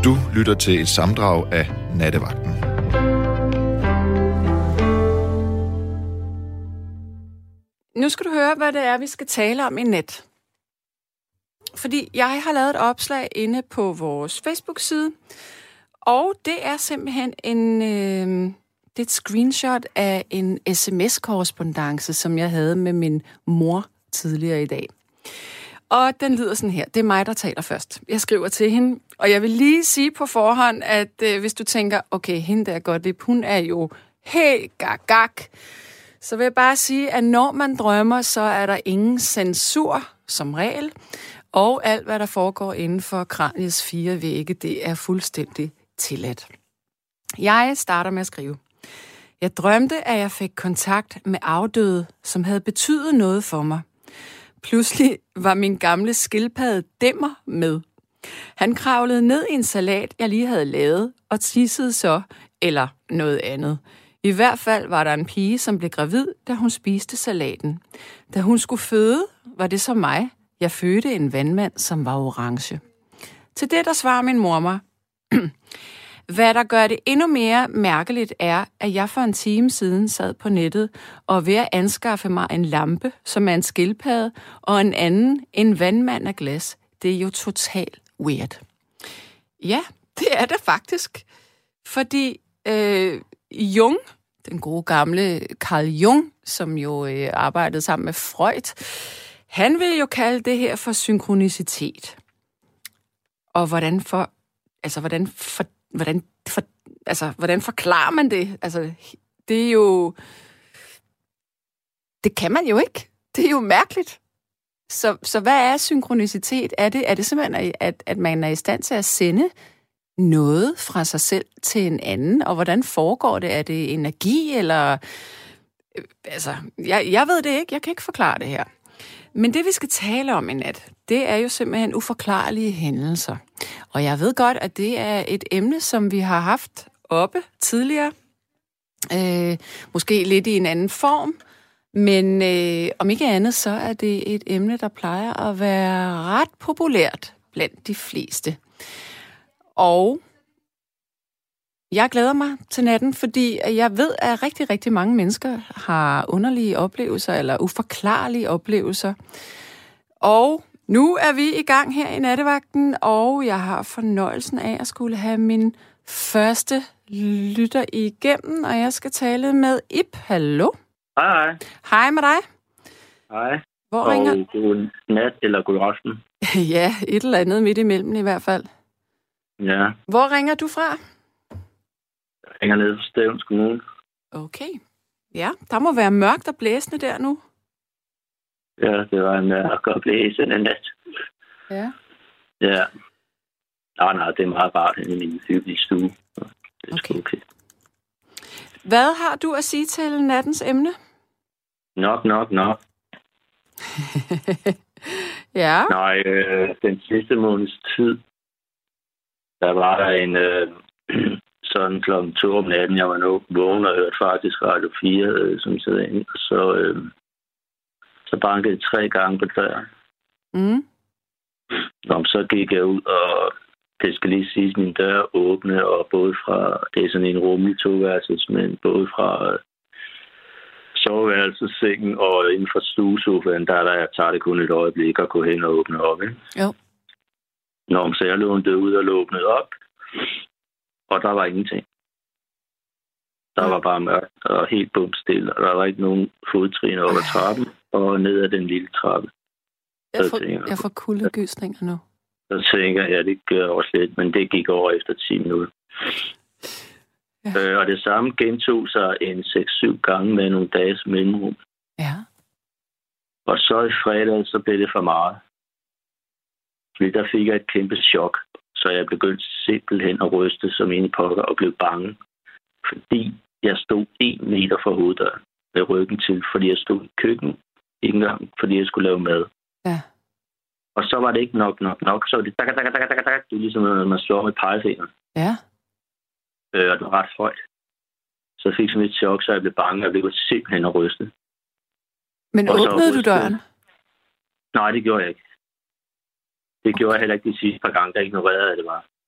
Du lytter til et sammendrag af Nattevagten. Nu skal du høre, hvad det er, vi skal tale om i nat. Fordi jeg har lavet et opslag inde på vores Facebook-side, og det er simpelthen det er et screenshot af en sms-korrespondance, som jeg havde med min mor tidligere i dag. Og den lyder sådan her. Det er mig, der taler først. Jeg skriver til hende, og jeg vil lige sige på forhånd, at hvis du tænker, okay, hende der Gottlieb, hun er jo helt gak, så vil jeg bare sige, at når man drømmer, så er der ingen censur som regel, og alt, hvad der foregår inden for kraniets 4 vægge, det er fuldstændig tilladt. Jeg starter med at skrive. Jeg drømte, at jeg fik kontakt med afdøde, som havde betydet noget for mig. Pludselig var min gamle skildpadde Dæmmer med. Han kravlede ned i en salat, jeg lige havde lavet, og tissede så, eller noget andet. I hvert fald var der en pige, som blev gravid, da hun spiste salaten. Da hun skulle føde, var det så mig. Jeg fødte en vandmand, som var orange. Til det, der svarer min mor mig. Hvad der gør det endnu mere mærkeligt er, at jeg for en time siden sad på nettet og ved at anskaffe mig en lampe, som er en skildpadde, og en anden, en vandmand af glas. Det er jo totalt weird. Ja, det er det faktisk. Fordi Jung, den gode gamle Carl Jung, som jo arbejdede sammen med Freud, han vil jo kalde det her for synkronicitet. Og hvordan forklarer man det? Altså, det er jo... Det kan man jo ikke. Det er jo mærkeligt. Så hvad er synkronicitet? Er det simpelthen, at man er i stand til at sende noget fra sig selv til en anden? Og hvordan foregår det? Er det energi, eller... jeg ved det ikke. Jeg kan ikke forklare det her. Men det, vi skal tale om i nat, det er jo simpelthen uforklarlige hændelser. Og jeg ved godt, at det er et emne, som vi har haft oppe tidligere. Måske lidt i en anden form. Men om ikke andet, så er det et emne, der plejer at være ret populært blandt de fleste. Og jeg glæder mig til natten, fordi jeg ved, at rigtig, rigtig mange mennesker har underlige oplevelser, eller uforklarlige oplevelser. Og nu er vi i gang her i Nattevagten, og jeg har fornøjelsen af at skulle have min første lytter igennem, og jeg skal tale med Ib. Hallo? Hej. Hej med dig. Hej. Hvor ringer... god nat eller god aften. Ja, et eller andet midt imellem i hvert fald. Ja. Hvor ringer du fra? Jeg ringer ned fra Stevns Kommune. Okay. Ja, der må være mørkt og blæsende der nu. Ja, det var en mørk og blæsende nat. Ja. Ja. Nej, det er meget rart inde i min hyggelige stue. Det er okay. Hvad har du at sige til nattens emne? Nok. Ja. Nej, den sidste måneds tid, der var der en sådan klokken 2 om natten, jeg var nu vågen og hørte faktisk Radio 4, som sad inde, og så bankede 3 gange på døren. Mm. Så gik jeg ud, og det skal lige siges, min dør åbne, og både fra, det er sådan en rummelig 2-værelses, men både fra soveværelsessengen og inden for stuesofaen, der tager det kun et øjeblik at gå hen og åbne op. Ikke? Jo. Så jeg lånte ud og åbnede op, og der var ingenting. Der var bare mørkt og helt bumstille, og der var ikke nogen fodtrin over trappen og ned ad den lille trappe. Jeg får kuldegysninger nu. Så tænker jeg, det gør også lidt, men det gik over efter 10 minutter. Ja. Og det samme gentog sig en 6-7 gange med nogle dages mellemrum. Ja. Og så i fredag, så blev det for meget. Fordi der fik jeg et kæmpe chok, så jeg begyndte simpelthen at ryste som en pokker og blev bange. Fordi jeg stod 1 meter fra hoveddøren med ryggen til, fordi jeg stod i køkkenet. Ikke engang, fordi jeg skulle lave mad. Ja. Og så var det ikke nok. Så var det tak. Det er ligesom, når man slår med pegefingeren. Ja. Og det var ret højt. Så jeg fik sådan et chok, så jeg blev bange, og jeg blev simpelthen at ryste. Men åbnede du døren? Nej, det gjorde jeg ikke. Det gjorde jeg heller ikke de sidste par gange, der ignorerede jeg det bare.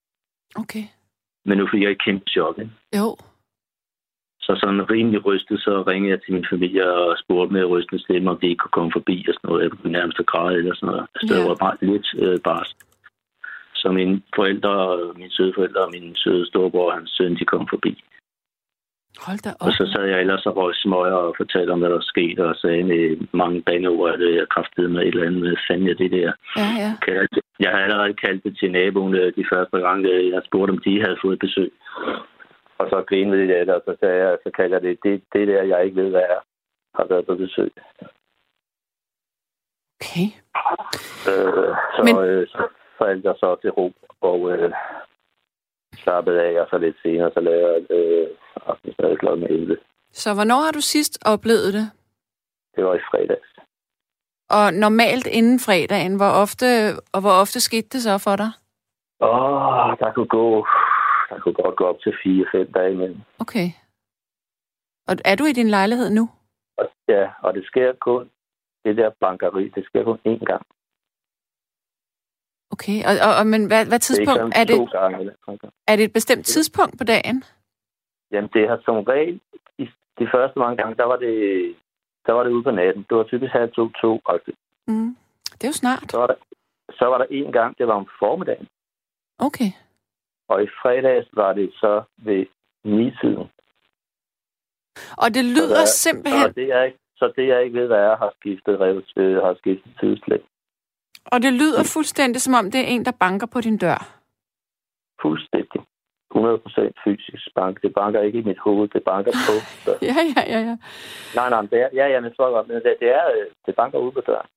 Okay. Men nu fik jeg et kæmpe chok, ikke? Jo. Så sådan rimelig rystet, så ringede jeg til min familie og spurgte med rystende stemme, om de ikke kunne komme forbi og sådan noget. Jeg kunne nærmest græde eller sådan noget. Altså, det var bare lidt barsk. Så mine forældre, mine søde forældre og min søde storebror og hans søn, de kom forbi. Hold da op. Og så sad jeg ellers og røg smøger og fortalte om, hvad der skete, og sagde med mange bandeord, at jeg kraftede med et eller andet med fandme det der. Ja. Jeg havde allerede kaldt det til naboen de første gange, jeg spurgte, om de havde fået besøg. Og så grinede de lidt, og så sagde jeg, så kalder det der, jeg ikke ved, hvad er, har været på besøg. Okay. Så faldt jeg så til ro, og slappede af, og så lidt senere, så lavede jeg aftensmad kl. 11. Så hvornår har du sidst oplevet det? Det var i fredags. Og normalt inden fredagen, hvor ofte skete det så for dig? Der kunne godt gå op til 4-5 dage imellem. Okay. Og er du i din lejlighed nu? Ja, og det sker kun, det der bankeri, det sker kun én gang. Okay, men hvad tidspunkt? Det er ikke 2 gange. Er det et bestemt tidspunkt på dagen? Jamen, det har som regel, de første mange gange, der var det ude på natten. Det var typisk 1:30, 2. Mm. Det er jo snart. Så var der en gang, det var om formiddagen. Okay. Og i fredags var det så ved 9-tiden. Og det lyder simpelthen... Så det jeg ikke ved, hvad er, har skiftet tidslæg. Og det lyder fuldstændig, som om det er en, der banker på din dør. Fuldstændig. 100% fysisk bank. Det banker ikke i mit hoved, det banker på døren. Ja. Nej, det er, jeg tror godt, men det banker ude på døren.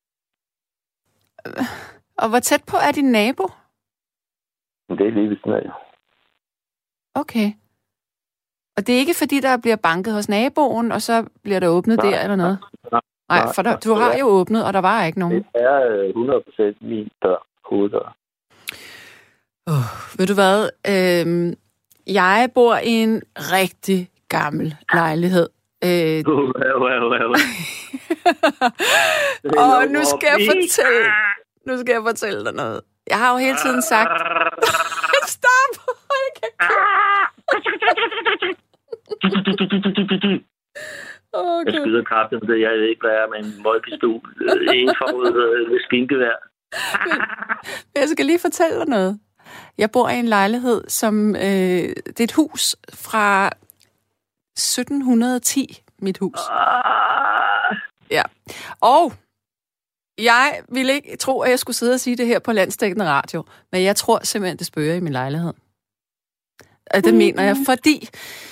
Og hvor tæt på er din nabo? Det er lige ved sådan her. Okay. Og det er ikke, fordi der bliver banket hos naboen, og så bliver der åbnet der eller noget? Nej, for du har jo åbnet, og der var ikke nogen. Det er 100% min dør, hoveddør. Ved du hvad? Jeg bor i en rigtig gammel lejlighed. Og nu skal jeg fortælle dig noget. Jeg har jo hele tiden sagt... Stop! Jeg skyder kraften, det jeg ved ikke, hvad er med en møgpistol. En forud ved skinkevær. Jeg skal lige fortælle dig noget. Jeg bor i en lejlighed, som... det er et hus fra 1710, mit hus. Ja. Og jeg ville ikke tro, at jeg skulle sidde og sige det her på landsdækkende radio, men jeg tror simpelthen, det spøger i min lejlighed. Og det mener jeg, fordi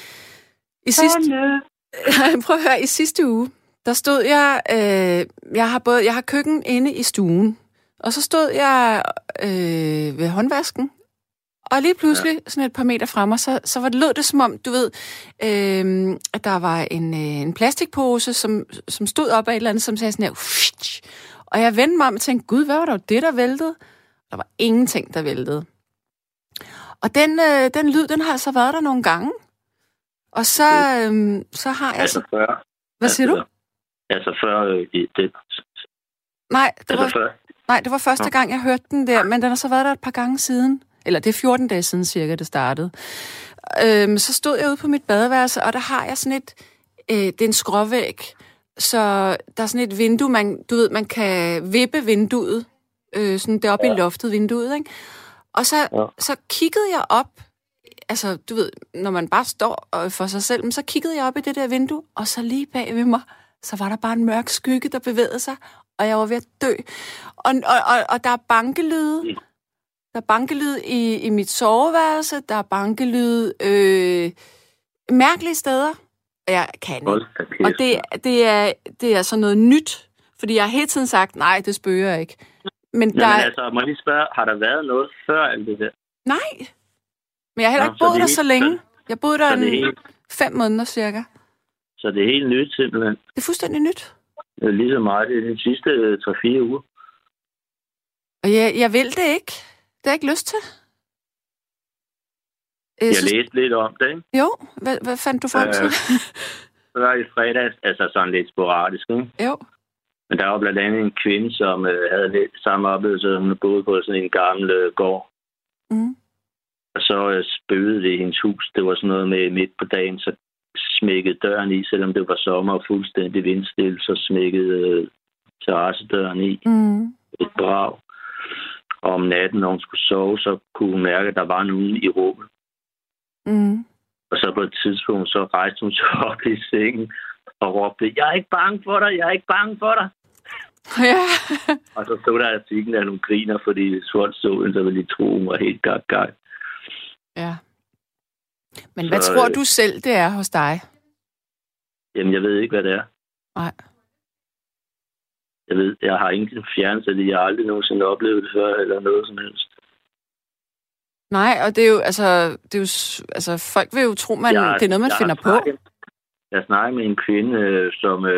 i sidste uge, der stod jeg, jeg har køkken inde i stuen, og så stod jeg ved håndvasken, og lige pludselig, sådan et par meter fremme, så lød det som om, du ved, at der var en plastikpose, som stod op af et eller andet, som sagde sådan her, og jeg vendte mig om og tænkte, gud, hvad var det der væltede? Der var ingenting, der væltede. Og den lyd, den har altså været der nogle gange. Og så har jeg... Altså før. Hvad siger du? Altså før det... Nej, det var første gang, jeg hørte den der, men den har så været der et par gange siden. Eller det er 14 dage siden cirka, det startede. Så stod jeg ude på mit badeværelse, og der har jeg sådan et... det er en skråvæg. Så der er sådan et vindue, man kan vippe vinduet. Sådan deroppe i loftet vinduet, ikke? Og så kiggede jeg op, altså, du ved, når man bare står for sig selv, men så kiggede jeg op i det der vindue, og så lige bag ved mig, så var der bare en mørk skygge, der bevægede sig, og jeg var ved at dø. Og der er bankelyde. Der er bankelyde i mit soveværelse, der er bankelyde mærkelige steder. Jeg kan ikke. Og det er så noget nyt, fordi jeg har hele tiden sagt, nej, det spøger ikke. Men altså, må jeg lige spørge, har der været noget før alt det der? Nej. Men jeg har heller ikke boet der så længe. Jeg boede der 5 måneder cirka. Så det er helt nyt simpelthen? Det er fuldstændig nyt. Det er ligesom mig, det er de sidste 3-4 uger. Og jeg vil det ikke. Det har jeg ikke lyst til. Jeg læste lidt om det, ikke? Jo, hvad fandt du frem til? Det var i fredags, altså sådan lidt sporadisk, ikke? Jo. Men der var blandt andet en kvinde, som havde lidt samme oplevelse, hun boede på sådan en gammel gård. Mm. Og så spøgede det i hendes hus. Det var sådan noget med midt på dagen, så smækkede døren i, selvom det var sommer og fuldstændig vindstille, så smækkede terrassedøren i. Et brag. Og om natten, når hun skulle sove, så kunne hun mærke, at der var nogen i rummet. Og så på et tidspunkt, så rejste hun sig op i sengen og råbte, jeg er ikke bange for dig, jeg er ikke bange for dig. Ja. Og så stod der artiklen, at hun griner, fordi folk så hende, så ville de tro, hun var helt gak. Ja. Men hvad tror du selv, det er hos dig? Jamen, jeg ved ikke, hvad det er. Nej. Jeg har ingen fjernelse af det. Jeg har aldrig nogensinde oplevet det før, eller noget som helst. Nej, og det er jo, altså folk vil jo tro, det er noget, man finder på. Jeg snakkede med en kvinde,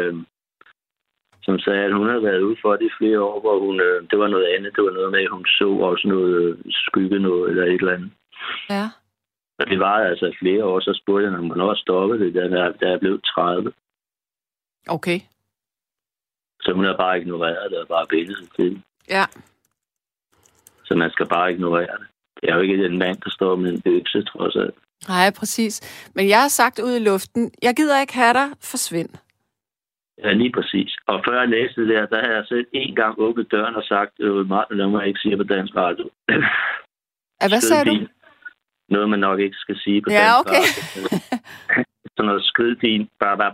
som sagde, at hun havde været ude for det i flere år, hvor det var noget andet. Det var noget med, at hun så også noget skygge noget, eller et eller andet. Ja. Og det var altså flere år, så spurgte jeg, hvornår stoppede det, da jeg blev 30. Okay. Så hun har bare ignoreret det, og bare billedet til. Ja. Så man skal bare ignorere det. Det er jo ikke den mand, der står med en økse, trods alt. Nej, præcis. Men jeg har sagt ud i luften, jeg gider ikke have dig, forsvind. Ja, lige præcis. Og før jeg læste det der havde jeg selv en gang åbnet døren og sagt, lad mig ikke sige på dansk radio. Hvad sagde du? Noget, man nok ikke skal sige på dansk radio. Sådan noget skridpin.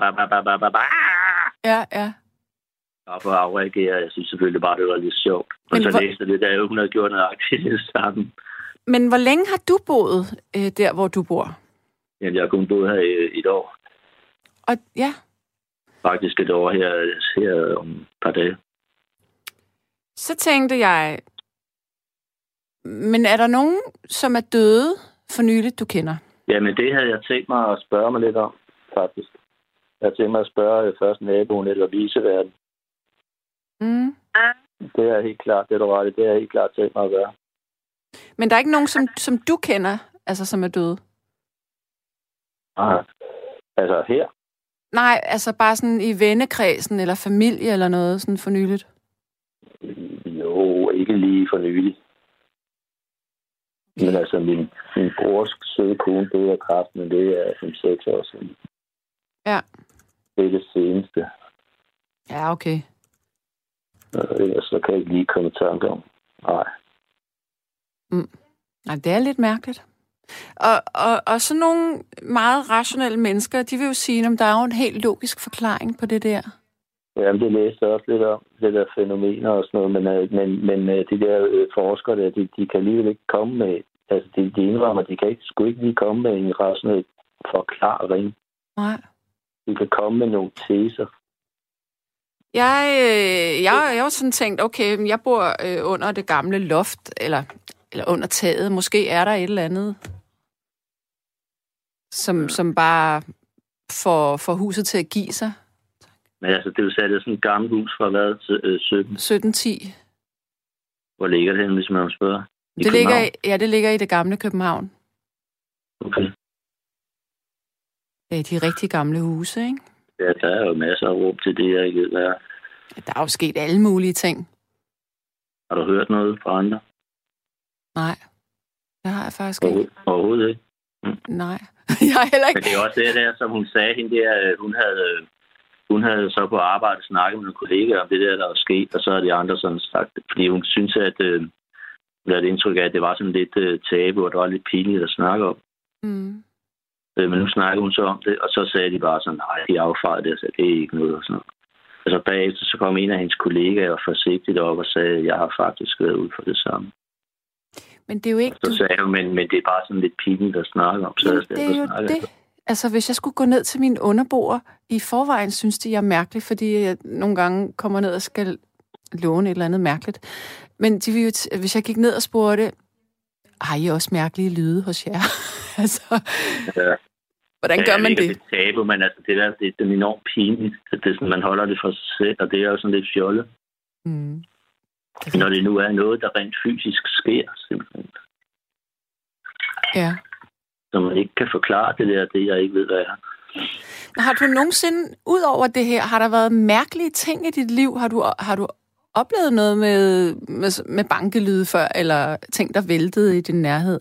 Ja. Og for at afreagere, jeg synes selvfølgelig bare, det var lidt sjovt. Og så læste det der, hun havde gjort noget aktivt sammen. Men hvor længe har du boet der, hvor du bor? Jamen, jeg har kun boet her i et år. Og ja. Faktisk et år her om et par dage. Så tænkte jeg, men er der nogen, som er døde for nyligt, du kender? Jamen, det havde jeg tænkt mig at spørge mig lidt om, faktisk. Jeg havde tænkt mig at spørge først naboen eller viceverden. Det er helt klart, det er du ret i. Det er helt klart tænkt mig at gøre. Men der er ikke nogen, som du kender, altså som er døde? Nej. Altså her? Nej, altså bare sådan i vennekredsen eller familie eller noget sådan for nyligt? Jo, ikke lige for nyligt. Men altså, min brors søde kone døde af kræft, men det er 5-6 år siden. Ja. Det er det seneste. Ja, okay. Ellers så kan jeg ikke lige komme i tanke om. Nej. Nej, det er lidt mærkeligt. Og så nogle meget rationelle mennesker, de vil jo sige, at der er jo en helt logisk forklaring på det der. Jamen, det læste også lidt om, det der fænomener og sådan noget, men de der forskere der, de kan alligevel ikke komme med, altså de indrømmer, de kan sgu ikke lige komme med en rationel forklaring. Nej. De kan komme med nogle teser. Jeg har sådan tænkt, okay, jeg bor under det gamle loft, eller under taget. Måske er der et eller andet, som bare får huset til at give sig. Men altså, det er jo sat sådan et gammelt hus fra hvad? 1710. Hvor ligger det henne, hvis man spørger? Det ligger i det gamle København. Okay. Det er de rigtig gamle huse, ikke? Ja, der er jo masser af råb til det, jeg ikke ved, hvad er. Der er jo sket alle mulige ting. Har du hørt noget fra andre? Nej, det har jeg faktisk ikke. Overhovedet ikke? Nej, jeg har heller ikke. Men det er også det der, som hun sagde, hende der, hun havde så på arbejde snakket med nogle kollegaer om det der var sket, og så har de andre sådan sagt, fordi hun synes, at hun havde et indtryk af, at det var sådan lidt tabu, og det var lidt pinligt at snakke om. Men nu snakker hun så om det, og så sagde de bare sådan, nej, de affejede det, og sagde, det er ikke noget og sådan noget. Altså bagefter så kom en af hendes kollegaer forsigtigt op og sagde, at jeg har faktisk været ud for det samme. Men det er jo ikke... Så sagde hun, men det er bare sådan lidt pinligt at snakke om. Så det er jo det. Altså, hvis jeg skulle gå ned til mine underboer, i forvejen synes de, jeg er mærkelig, fordi jeg nogle gange kommer ned og skal låne et eller andet mærkeligt. Men de vil jo hvis jeg gik ned og spurgte, har I også mærkelige lyde hos jer? Altså, ja. Hvordan gør man det? Det er tabu, men altså, det er enormt pinligt. Det er sådan, man holder det for sig selv, og det er jo sådan lidt fjollet. Når det nu er noget, der rent fysisk sker, simpelthen. Ja. Så man ikke kan forklare det jeg ikke ved, hvad er. Har du nogensinde, ud over det her, har der været mærkelige ting i dit liv? Har du oplevet noget med bankelyde før, eller ting, der væltede i din nærhed?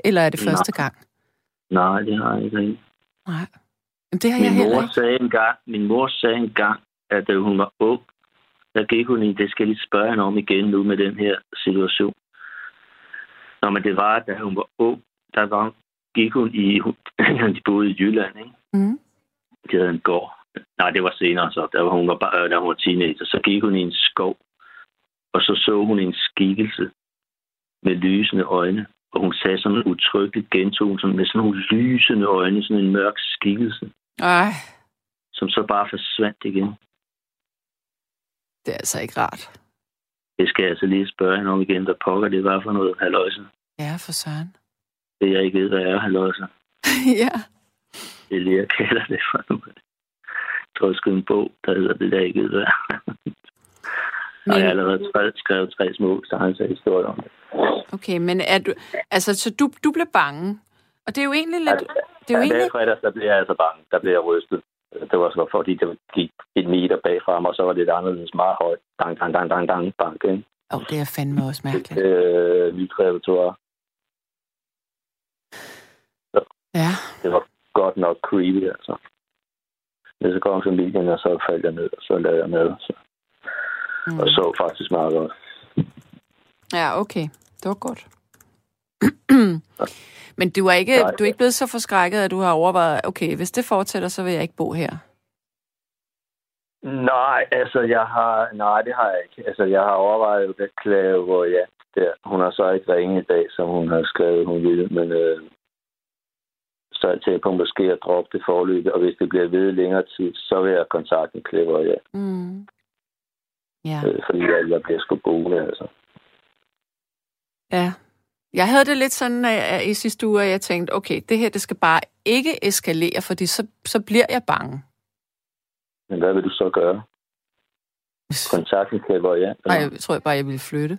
Eller er det første gang? Nej, det har jeg ikke rigtig. Nej. Men det har jeg heller ikke. Min mor sagde engang, at da hun var ung, der gik hun i, det skal jeg lige spørge hende om igen nu med den her situation. Nå, men det var, da hun var ung, gik hun i, de boede i Jylland, ikke? Mm. De havde en gård. Nej, det var senere så, da hun var teenager. Så gik hun i en skov, og så hun en skikkelse med lysende øjne. Og hun sagde sådan en utryggeligt gentog, sådan med sådan nogle lysende øjne, sådan en mørk skikkelse. Ej. Som så bare forsvandt igen. Det er altså ikke rart. Det skal jeg altså lige spørge hende om igen, hvad pokker det var for noget halløjse. Ja, for søren. Det jeg ikke ved, hvad er halløjse. Ja. Det er lige, jeg kalder det for nu. Jeg tror, jeg skrev en bog, der hedder det, der ikke ved, hvad er. Og jeg har allerede skrevet 3 små historier om det. Okay, men er du... Altså, så du blev bange. Og det er jo egentlig lidt... Ja, fredags, der blev jeg altså bange. Der blev jeg rystet. Det var så fordi, det gik 1 meter bagfra mig, og så var det lidt anderledes meget højt. Dang, dang, dang, dang, dang, bank, ikke? Det er fandme også mærkeligt. Nyt repertoire. Ja. Det var godt nok creepy, altså. Men så kom familien, og så faldt jeg ned, og så lavede jeg med. Så. Og så faktisk meget godt. Ja, okay. Det var godt. Men du er ikke blevet så forskrækket, at du har overvejet, okay, hvis det fortsætter, så vil jeg ikke bo her. Nej, altså det har jeg ikke. Altså jeg har overvejet at klage, hvor der. Hun har så ikke ringet i dag, som hun har skrevet, hun ville, men så jeg tænker på måske at droppe det forløb, og hvis det bliver ved længere tid, så vil jeg kontakte Clever, ja. Mm. Ja. Fordi jeg bliver sgu boende, altså. Ja. Jeg havde det lidt sådan i sidste uge, at jeg tænkte, okay, det her, det skal bare ikke eskalere, fordi så bliver jeg bange. Men hvad vil du så gøre? Kontakten Clever, ja? Nej, jeg tror bare, jeg ville flytte.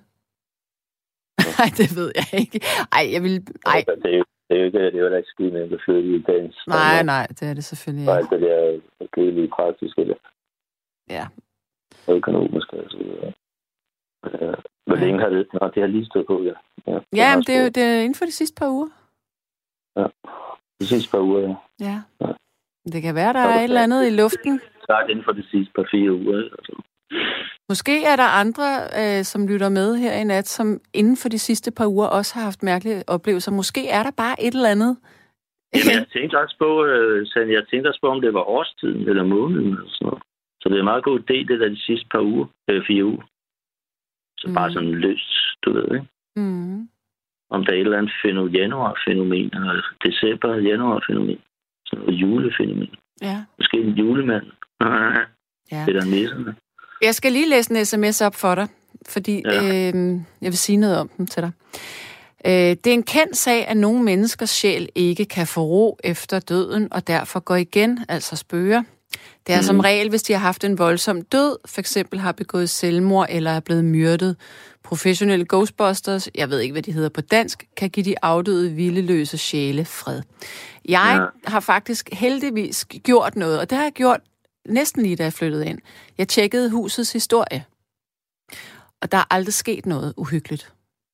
Nej, det ved jeg ikke. Ej, jeg vil... Ej. Det er jo ikke skidt med at flytte i dagens... Nej, det er det selvfølgelig ikke. Nej, det der kedelige praktiske der. Ja. Økonomisk, altså. Hvor længe har det... Nå, det har lige stået på, ja. Ja, men det er inden for de sidste par uger. Ja, de sidste par uger, ja. Ja. Det kan være, der er et eller andet i luften. Klart inden for de sidste par 4 uger, altså. Måske er der andre, som lytter med her i nat, som inden for de sidste par uger også har haft mærkelige oplevelser. Måske er der bare et eller andet. Jamen, jeg tænkte også på, om det var årstiden eller måneden. Eller sådan noget. Så det er en meget god idé, det der de sidste par uger, 4 uger. Så bare sådan løst, du ved, ikke? Mm. Om der er et eller andet januar-fænomen, eller december-januar-fænomen. Sådan noget julefænomen. Ja. Måske en julemand. Ja. Det er der nisserne. Jeg skal lige læse en sms op for dig, fordi jeg vil sige noget om dem til dig. Det er en kendt sag, at nogle menneskers sjæl ikke kan få ro efter døden, og derfor går igen, altså spøger. Det er som regel, hvis de har haft en voldsom død, for eksempel har begået selvmord eller er blevet myrdet. Professionelle ghostbusters, jeg ved ikke, hvad de hedder på dansk, kan give de afdøde vildeløse sjæle fred. Jeg har faktisk heldigvis gjort noget, og det har jeg gjort næsten lige, da jeg flyttede ind. Jeg tjekkede husets historie, og der er aldrig sket noget uhyggeligt.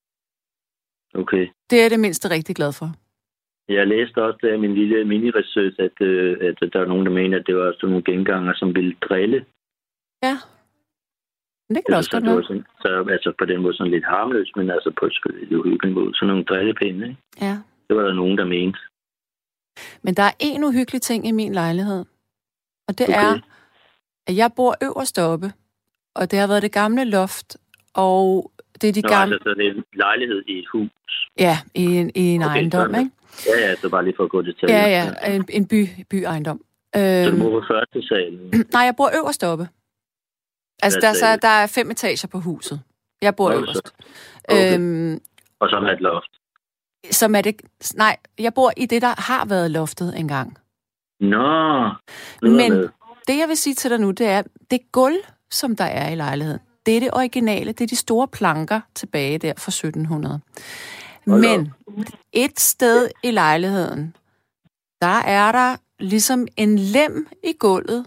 Okay. Det er det mindste rigtig glad for. Jeg læste også der i min lille mini-research, at der er nogen, der mener, at det var sådan nogle genganger, som ville drille. Ja. Men det kan også godt være. Så altså på den måde sådan lidt harmløst, men altså på et uhyggeligt måde. Sådan nogle drillepinde, ikke? Ja. Det var der nogen, der mente. Men der er en uhyggelig ting i min lejlighed. Og det er, at jeg bor øverst oppe, og det har været det gamle loft, og det er de gamle... Altså, det er en lejlighed i et hus. Ja, i en ejendom, ikke? Ja, så bare lige for at gå det til. Ja, en byejendom. Så du bor på første salen? Nej, jeg bor øverst oppe. Altså, der er 5 etager på huset. Jeg bor øverst. Okay. Og så er et loft? Som er det... Nej, jeg bor i det, der har været loftet engang. Nå. Men det, jeg vil sige til dig nu, det er, det gulv, som der er i lejligheden, det er det originale. Det er de store planker tilbage der fra 1700. Men et sted i lejligheden, der er der ligesom en lem i gulvet,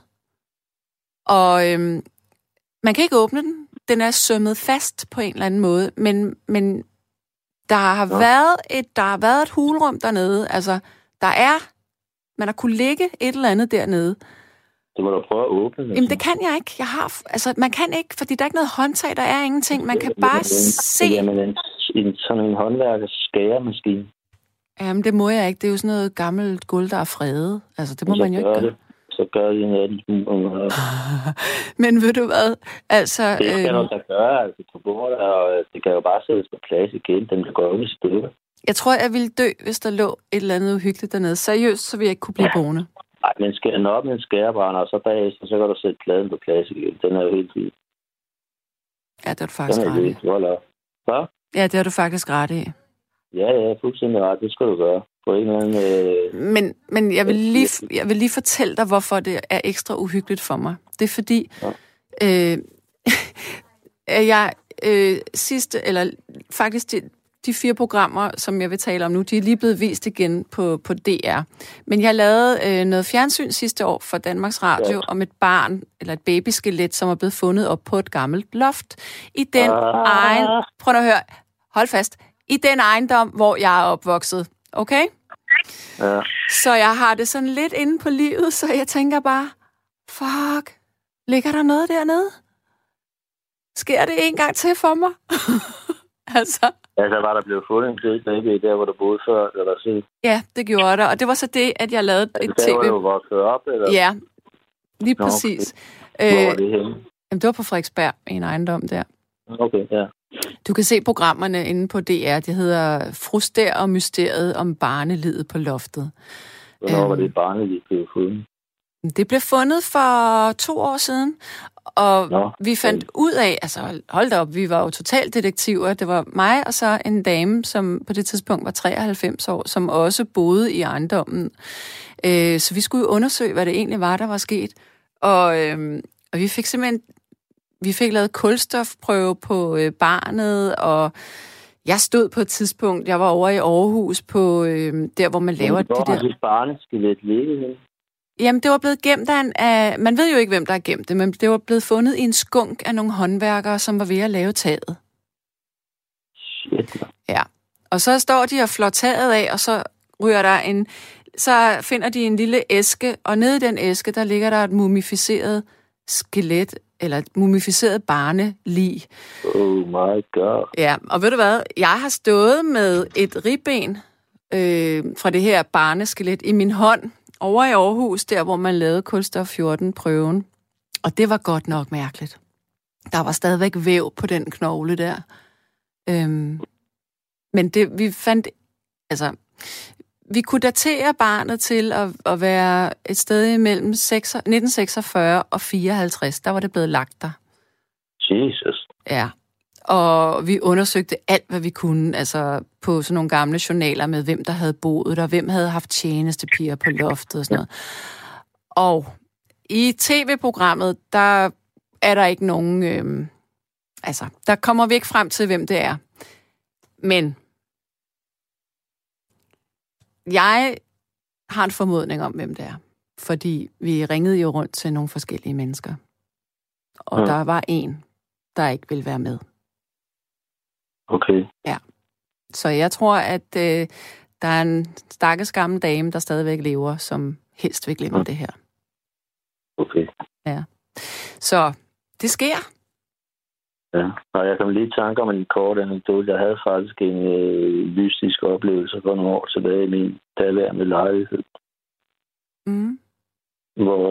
og man kan ikke åbne den. Den er sømmet fast på en eller anden måde, men Der har været et hulrum dernede. Altså, man har kunne ligge et eller andet dernede. Det må du prøve at åbne. Jamen, det kan jeg ikke. Man kan ikke, fordi der er ikke noget håndtag, der er ingenting. Man kan bare se... Jamen, sådan en håndværkers skæremaskine. Jamen, det må jeg ikke. Det er jo sådan noget gammelt gulv, der er fredet. Altså, det må man jo ikke gøre. Så gør det en anden. Men ved du hvad? Altså... Det skal du da gøre, altså, på bordet, og det kan jo bare sættes på plads igen. Den går jo i stykker. Jeg tror, jeg ville dø, hvis der lå et eller andet uhyggeligt dernede. Seriøst, så ville jeg ikke kunne blive boende. Nej, men skærer op med en skærebrænder, og så bagefter, så kan du sætte pladen på plads igen. Den er jo helt vild. Ja, det er du faktisk ret i. Hvad? Ja, det har du faktisk ret i. Ja, fuldstændig ret. Det skal du gøre. På en eller anden, Men jeg vil lige fortælle dig, hvorfor det er ekstra uhyggeligt for mig. Det er fordi, jeg faktisk de 4 programmer, som jeg vil tale om nu, de er lige blevet vist igen på DR. Men jeg lavede noget fjernsyn sidste år for Danmarks Radio om et barn, eller et babyskelet, som er blevet fundet op på et gammelt loft. I den prøv at høre, hold fast, i den ejendom, hvor jeg er opvokset. Okay? Ja. Så jeg har det sådan lidt inde på livet, så jeg tænker bare, fuck, ligger der noget dernede? Sker det en gang til for mig? Altså, var der blevet fundet en død baby der, hvor du boede før, eller så? Ja, det gjorde der, og det var så det, at jeg lavede et tv. Der var du vokset op, eller? Ja, lige præcis. Okay. Hvor var det henne? Jamen, det var på Frederiksberg, i en ejendom der. Okay, ja. Du kan se programmerne inde på DR. Det hedder Fruster og Mysteriet om barnelivet på loftet. Hvornår var det barneliv blev fundet? Det blev fundet for 2 år siden, og vi fandt ud af, altså hold da op, vi var jo totaldetektiver. Det var mig og så en dame, som på det tidspunkt var 93 år, som også boede i ejendommen. Så vi skulle jo undersøge, hvad det egentlig var, der var sket. Og vi fik simpelthen lavet kulstofprøve på barnet, og jeg stod på et tidspunkt, jeg var over i Aarhus på der, hvor man laver det der. Hvor har det barneskelet ligget hen? Jamen, det var blevet gemt af... Man ved jo ikke, hvem der har gemt det, men det var blevet fundet i en skunk af nogle håndværkere, som var ved at lave taget. Shit. Ja. Og så står de og flår taget af, og så ryger der så finder de en lille æske, og nede i den æske, der ligger der et mumificeret skelet, eller et mumificeret barnelig. Oh my god. Ja, og ved du hvad? Jeg har stået med et ribben fra det her barneskelet i min hånd, over i Aarhus, der hvor man lavede kulstof 14-prøven. Og det var godt nok mærkeligt. Der var stadigvæk væv på den knogle der. Men vi fandt... Altså, vi kunne datere barnet til at være et sted imellem 1946 og 54. Der var det blevet lagt der. Jesus. Ja. Og vi undersøgte alt, hvad vi kunne, altså på sådan nogle gamle journaler med, hvem der havde boet der, hvem havde haft tjenestepiger på loftet og sådan noget. Og i tv-programmet, der er der ikke nogen... der kommer vi ikke frem til, hvem det er. Men jeg har en formodning om, hvem det er. Fordi vi ringede jo rundt til nogle forskellige mennesker. Og der var en, der ikke ville være med. Okay. Ja. Så jeg tror, at der er en stakkels gammel dame, der stadigvæk lever, som helst vil glemme det her. Okay. Ja. Så det sker. Ja, og jeg kom lige i tanke om en kort anekdote. Jeg havde faktisk en mystisk oplevelse for nogle år tilbage i min daværende lejlighed. Mm. Hvor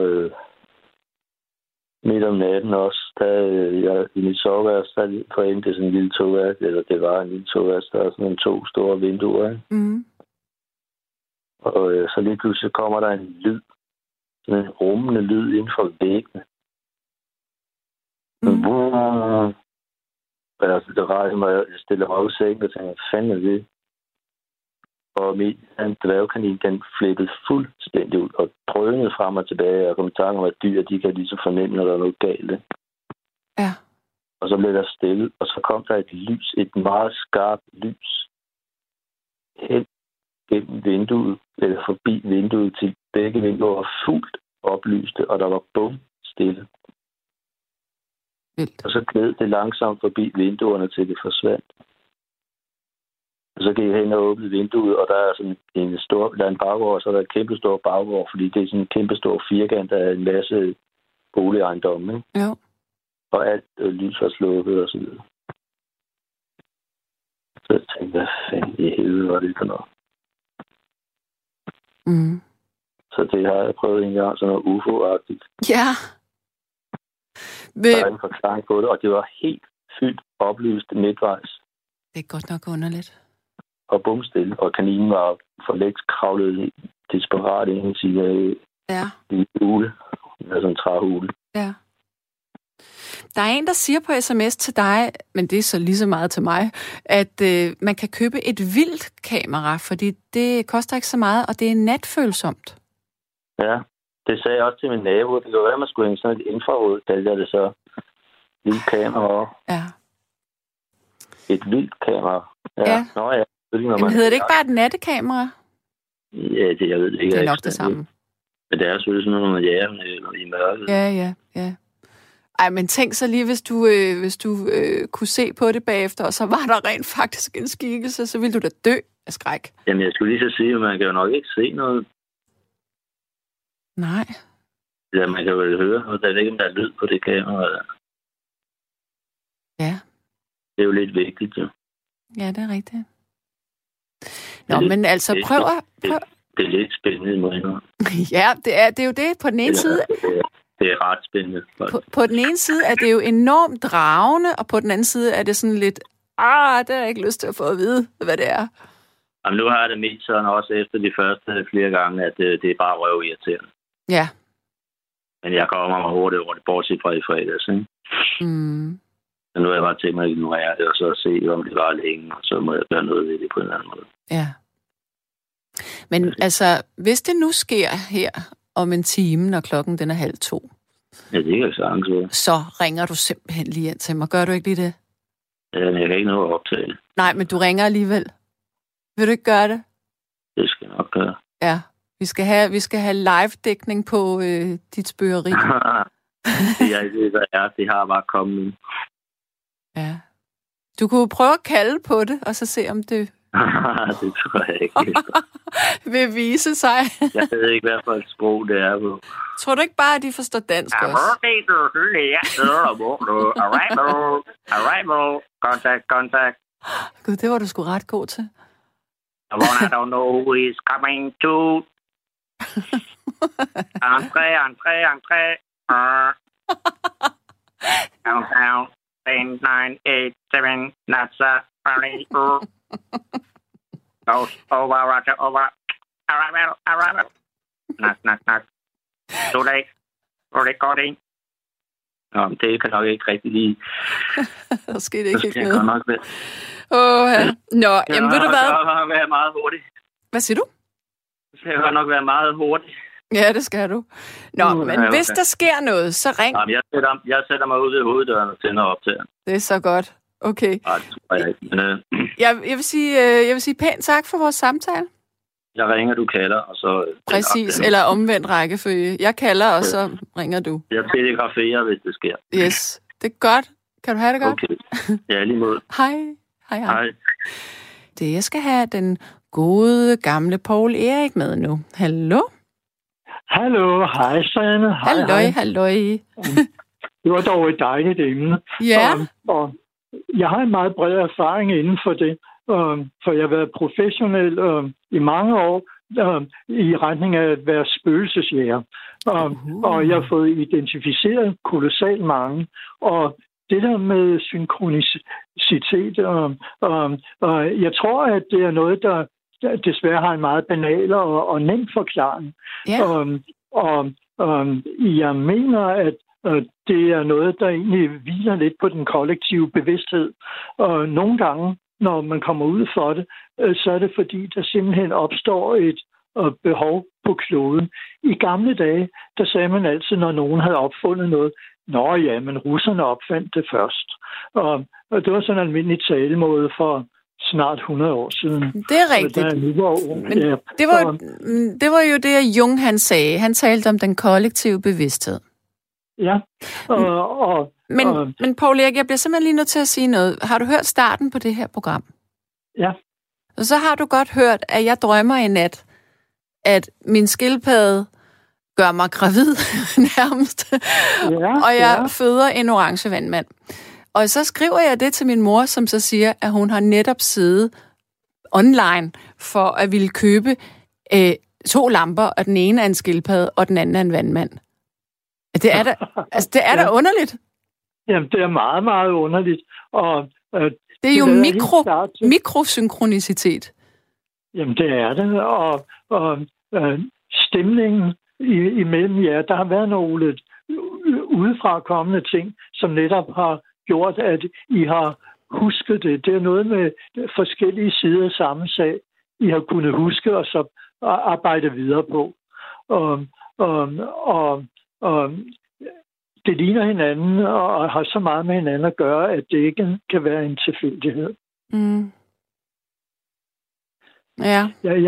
midt om natten også, jeg i mit soveværelse, der forendte sådan en lille toværelse, eller det var en lille toværelse, der er sådan 2 store vinduer. Ikke? Mm. Og så lige pludselig kommer der en lyd, sådan en rummende lyd inden for væggene. Mm. Altså, det rejser mig, jeg stiller mig ud i sengen og tænker, hvad fanden er det? Og min dværgkanin, den flippede fuldstændig ud og drønede frem og tilbage. Og kom i tanke om, at dyr, de kan ligesom fornemme, når der er noget galt. Ja. Og så blev der stille, og så kom der et lys, et meget skarpt lys, hen gennem vinduet, eller forbi vinduet til begge vinduer var fuldt oplyste, og der var bum stille. Vildt. Og så gled det langsomt forbi vinduerne, til det forsvandt. Og så gik jeg hen og åbnede vinduet, og der er sådan der er en baggård, og så er der et kæmpe stor baggård, fordi det er sådan en kæmpe stor firkant af en masse boligejendomme, ikke? Jo. Og alt lys var slukket og så videre. Så jeg tænkte, hvad fanden i helvede var det for noget? Mm. Så det har jeg prøvet en gang, sådan noget UFO-agtigt. Ja. Der er en forklaring på det, og det var helt fyldt oplyst midtvejs. Det er godt nok underligt. Og bumstille, og kaninen var for længst kravlet desperat ind i sin hule. Altså en træhule. Ja. Der er en, der siger på sms til dig, men det er så lige så meget til mig, at man kan købe et vildt kamera, fordi det koster ikke så meget, og det er natfølsomt. Ja, det sagde jeg også til min nabo. Det kan være, at man skulle hænge sådan et infrarød, kaldte det så. Vildt kamera. Ja. Et vildt kamera. Ja. Nå ja. Men hedder det ikke bare et nattekamera? Ja, det jeg ved det ikke. Det er nok det samme. Men det er selvfølgelig sådan noget, man jager eller i mørket. Ja. Ej, men tænk så lige, hvis du kunne se på det bagefter, og så var der rent faktisk en skikkelse, så ville du da dø af skræk. Jamen, jeg skulle lige så sige, at man kan jo nok ikke se noget. Nej. Ja, man kan jo høre noget. Der er ikke, om der er lyd på det kamera. Ja. Det er jo lidt vigtigt, jo. Ja, det er rigtigt. Nå, men altså, prøv. Det er lidt spændende, må jeg nu. Ja, det er jo det. På den ene side... Det er ret spændende. På den ene side er det jo enormt dragende, og på den anden side er det sådan lidt, det har jeg ikke lyst til at få at vide, hvad det er. Jamen, nu har jeg det mest sådan også efter de første flere gange, at det er bare røvirriterende. Ja. Men jeg kommer mig hurtigt over det, bortset fra i fredags, ikke? Mm. Så nu har jeg bare tænkt mig at ignorere det, og så se, om det var længe, og så må jeg gøre noget ved det på en eller anden måde. Ja. Men altså, hvis det nu sker her om en time, når klokken den er 1:30. Ja, det kan jeg sagtens være. Så ringer du simpelthen lige ind til mig. Gør du ikke lige det? Ja, men jeg kan ikke nå at optage. Nej, men du ringer alligevel. Vil du ikke gøre det? Det skal jeg nok gøre. Ja. Vi skal have live-dækning på dit spøgeri. Det har bare kommet. Ja. Du kunne prøve at kalde på det, og så se, om det... Det tror jeg ikke. vil vise sig. Jeg ved ikke, hvad for et sprog det er på. Tror du ikke bare, at de forstår dansk også? Arrival. Contact. Gud, det var du sgu ret god til. The one I don't know who is coming to. Entré. Countdown. 10, 9, 8, 7, NASA. Goes over, Roger, over. Arrival. Knock. Too late. Recording. Nå, det kan nok ikke rigtig lige. Der skete ikke helt noget. Det nok være. Nå, jamen ved du hvad? Det skal nok være meget hurtigt. Hvad siger du? Det skal nok være meget hurtigt. Ja, det skal du. Nå, men okay. Hvis der sker noget, så ring. Jamen, jeg sætter mig ud ved hoveddøren og tænder op til. Det er så godt. Okay. Nej, det tror jeg ikke. Men, jeg vil sige pænt tak for vores samtale. Jeg ringer, du kalder, og så... Præcis, eller omvendt rækkefølge. Jeg kalder, og så ringer du. Jeg telegraferer, hvis det sker. Yes, det er godt. Kan du have det godt? Okay. Ja, lige måde. Hej. Det, jeg skal have den gode, gamle Poul Erik med nu. Hallo? Hallo, hej Sanne. Halløj. Det var dog et dejligt emne. Ja. Og jeg har en meget bred erfaring inden for det, for jeg har været professionel i mange år i retning af at være spøgelsesjæger. Og jeg har fået identificeret kolossalt mange. Og det der med synkronicitet, jeg tror, at det er noget, der desværre har en meget banal og nem forklaring. Jeg mener, at det er noget, der egentlig hviler lidt på den kollektive bevidsthed. Og nogle gange, når man kommer ud for det, så er det fordi, der simpelthen opstår et behov på kloden. I gamle dage, der sagde man altid, når nogen havde opfundet noget, nå ja, men russerne opfandt det først. Og det var sådan en almindelig talemåde for snart 100 år siden. Det er rigtigt. Men det var jo det, Jung han sagde. Han talte om den kollektive bevidsthed. Ja. Men Poul Erik, jeg bliver simpelthen lige nødt til at sige noget. Har du hørt starten på det her program? Ja. Og så har du godt hørt, at jeg drømmer i nat, at min skildpadde gør mig gravid nærmest, og jeg føder en orange vandmand. Og så skriver jeg det til min mor, som så siger, at hun har netop siddet online for at ville købe 2 lamper, og den ene er en skildpadde, og den anden er en vandmand. Det er da underligt. Jamen, det er meget, meget underligt. Og, det er jo mikrosynkronicitet. Jamen, det er det. Og stemningen imellem jer, der har været nogle udefra kommende ting, som netop har gjort, at I har husket det. Det er noget med forskellige sider af samme sag, I har kunnet huske og så arbejde videre på. Og det ligner hinanden og har så meget med hinanden at gøre, at det ikke kan være en tilfældighed. Mm. Ja.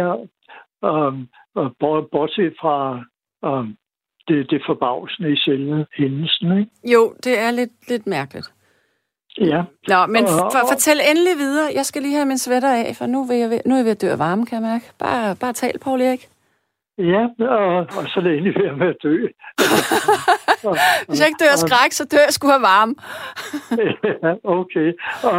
Bortset fra det forbavsende i selve hændelsen, ikke? Jo, det er lidt mærkeligt. Ja. Nå, men fortæl endelig videre. Jeg skal lige have min sweater af, for nu er jeg ved at dø af varme, kan jeg mærke. Bare tal, Poul Erik. Ja, og så er det endelig ved med at dø. Hvis jeg ikke dør af skræk, så dør jeg sgu af varme. Ja, okay.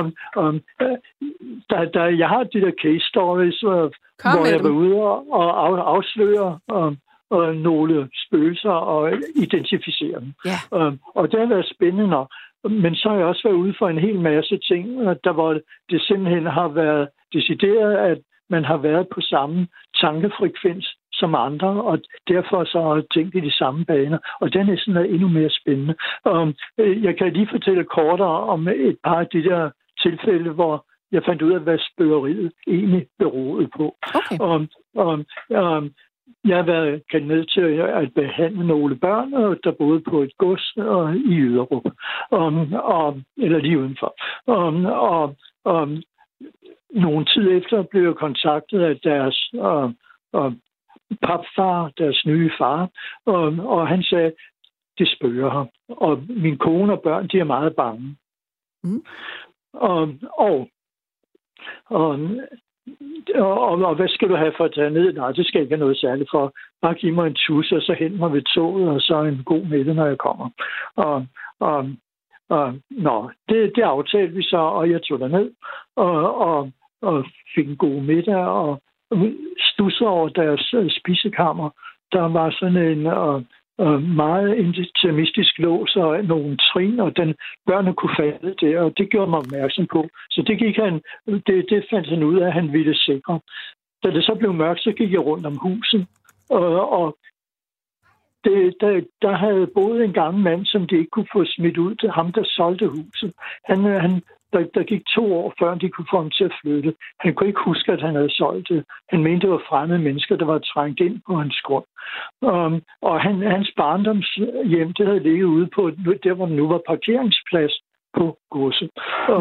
Jeg har de der case stories, hvor jeg var ude og afsløre nogle spøgelser og identificere dem. Yeah. Og det har været spændende. Men så har jeg også været ude for en hel masse ting, der hvor det simpelthen har været decideret, at man har været på samme tankefrekvens som andre, og derfor så har jeg tænkt i de samme baner. Og den er sådan endnu mere spændende. Jeg kan lige fortælle kortere om et par af de der tilfælde, hvor jeg fandt ud af, hvad spøgeriet egentlig beroede på. Okay. Jeg har været kaldt ned til at behandle nogle børn, der boede på et gods i Yderup, eller lige udenfor. Nogle tid efter blev jeg kontaktet af deres papfar, deres nye far, og han sagde, det spøger her. Og min kone og børn, de er meget bange. Mm. Og hvad skal du have for at tage ned? Nej, det skal ikke have noget særligt for. Bare giv mig en tusse, og så hent mig ved toget, og så en god middag, når jeg kommer. Det aftalte vi så, og jeg tog derned, og fik en god middag, og stussede over deres spisekammer. Der var sådan en meget intimistisk lås og nogle trin, og børnene kunne falde der, og det gjorde mig opmærksom på. Så det fandt han ud af, at han ville sikre. Da det så blev mørkt, så gik jeg rundt om huset, og der havde boet en gammel mand, som de ikke kunne få smidt ud til ham, der solgte huset. Der gik 2 år, før de kunne få ham til at flytte. Han kunne ikke huske, at han havde solgt det. Han mente, det var fremmede mennesker, der var trængt ind på hans grund. Og hans barndomshjem, det havde ligget ude på der, hvor nu var parkeringsplads på godset.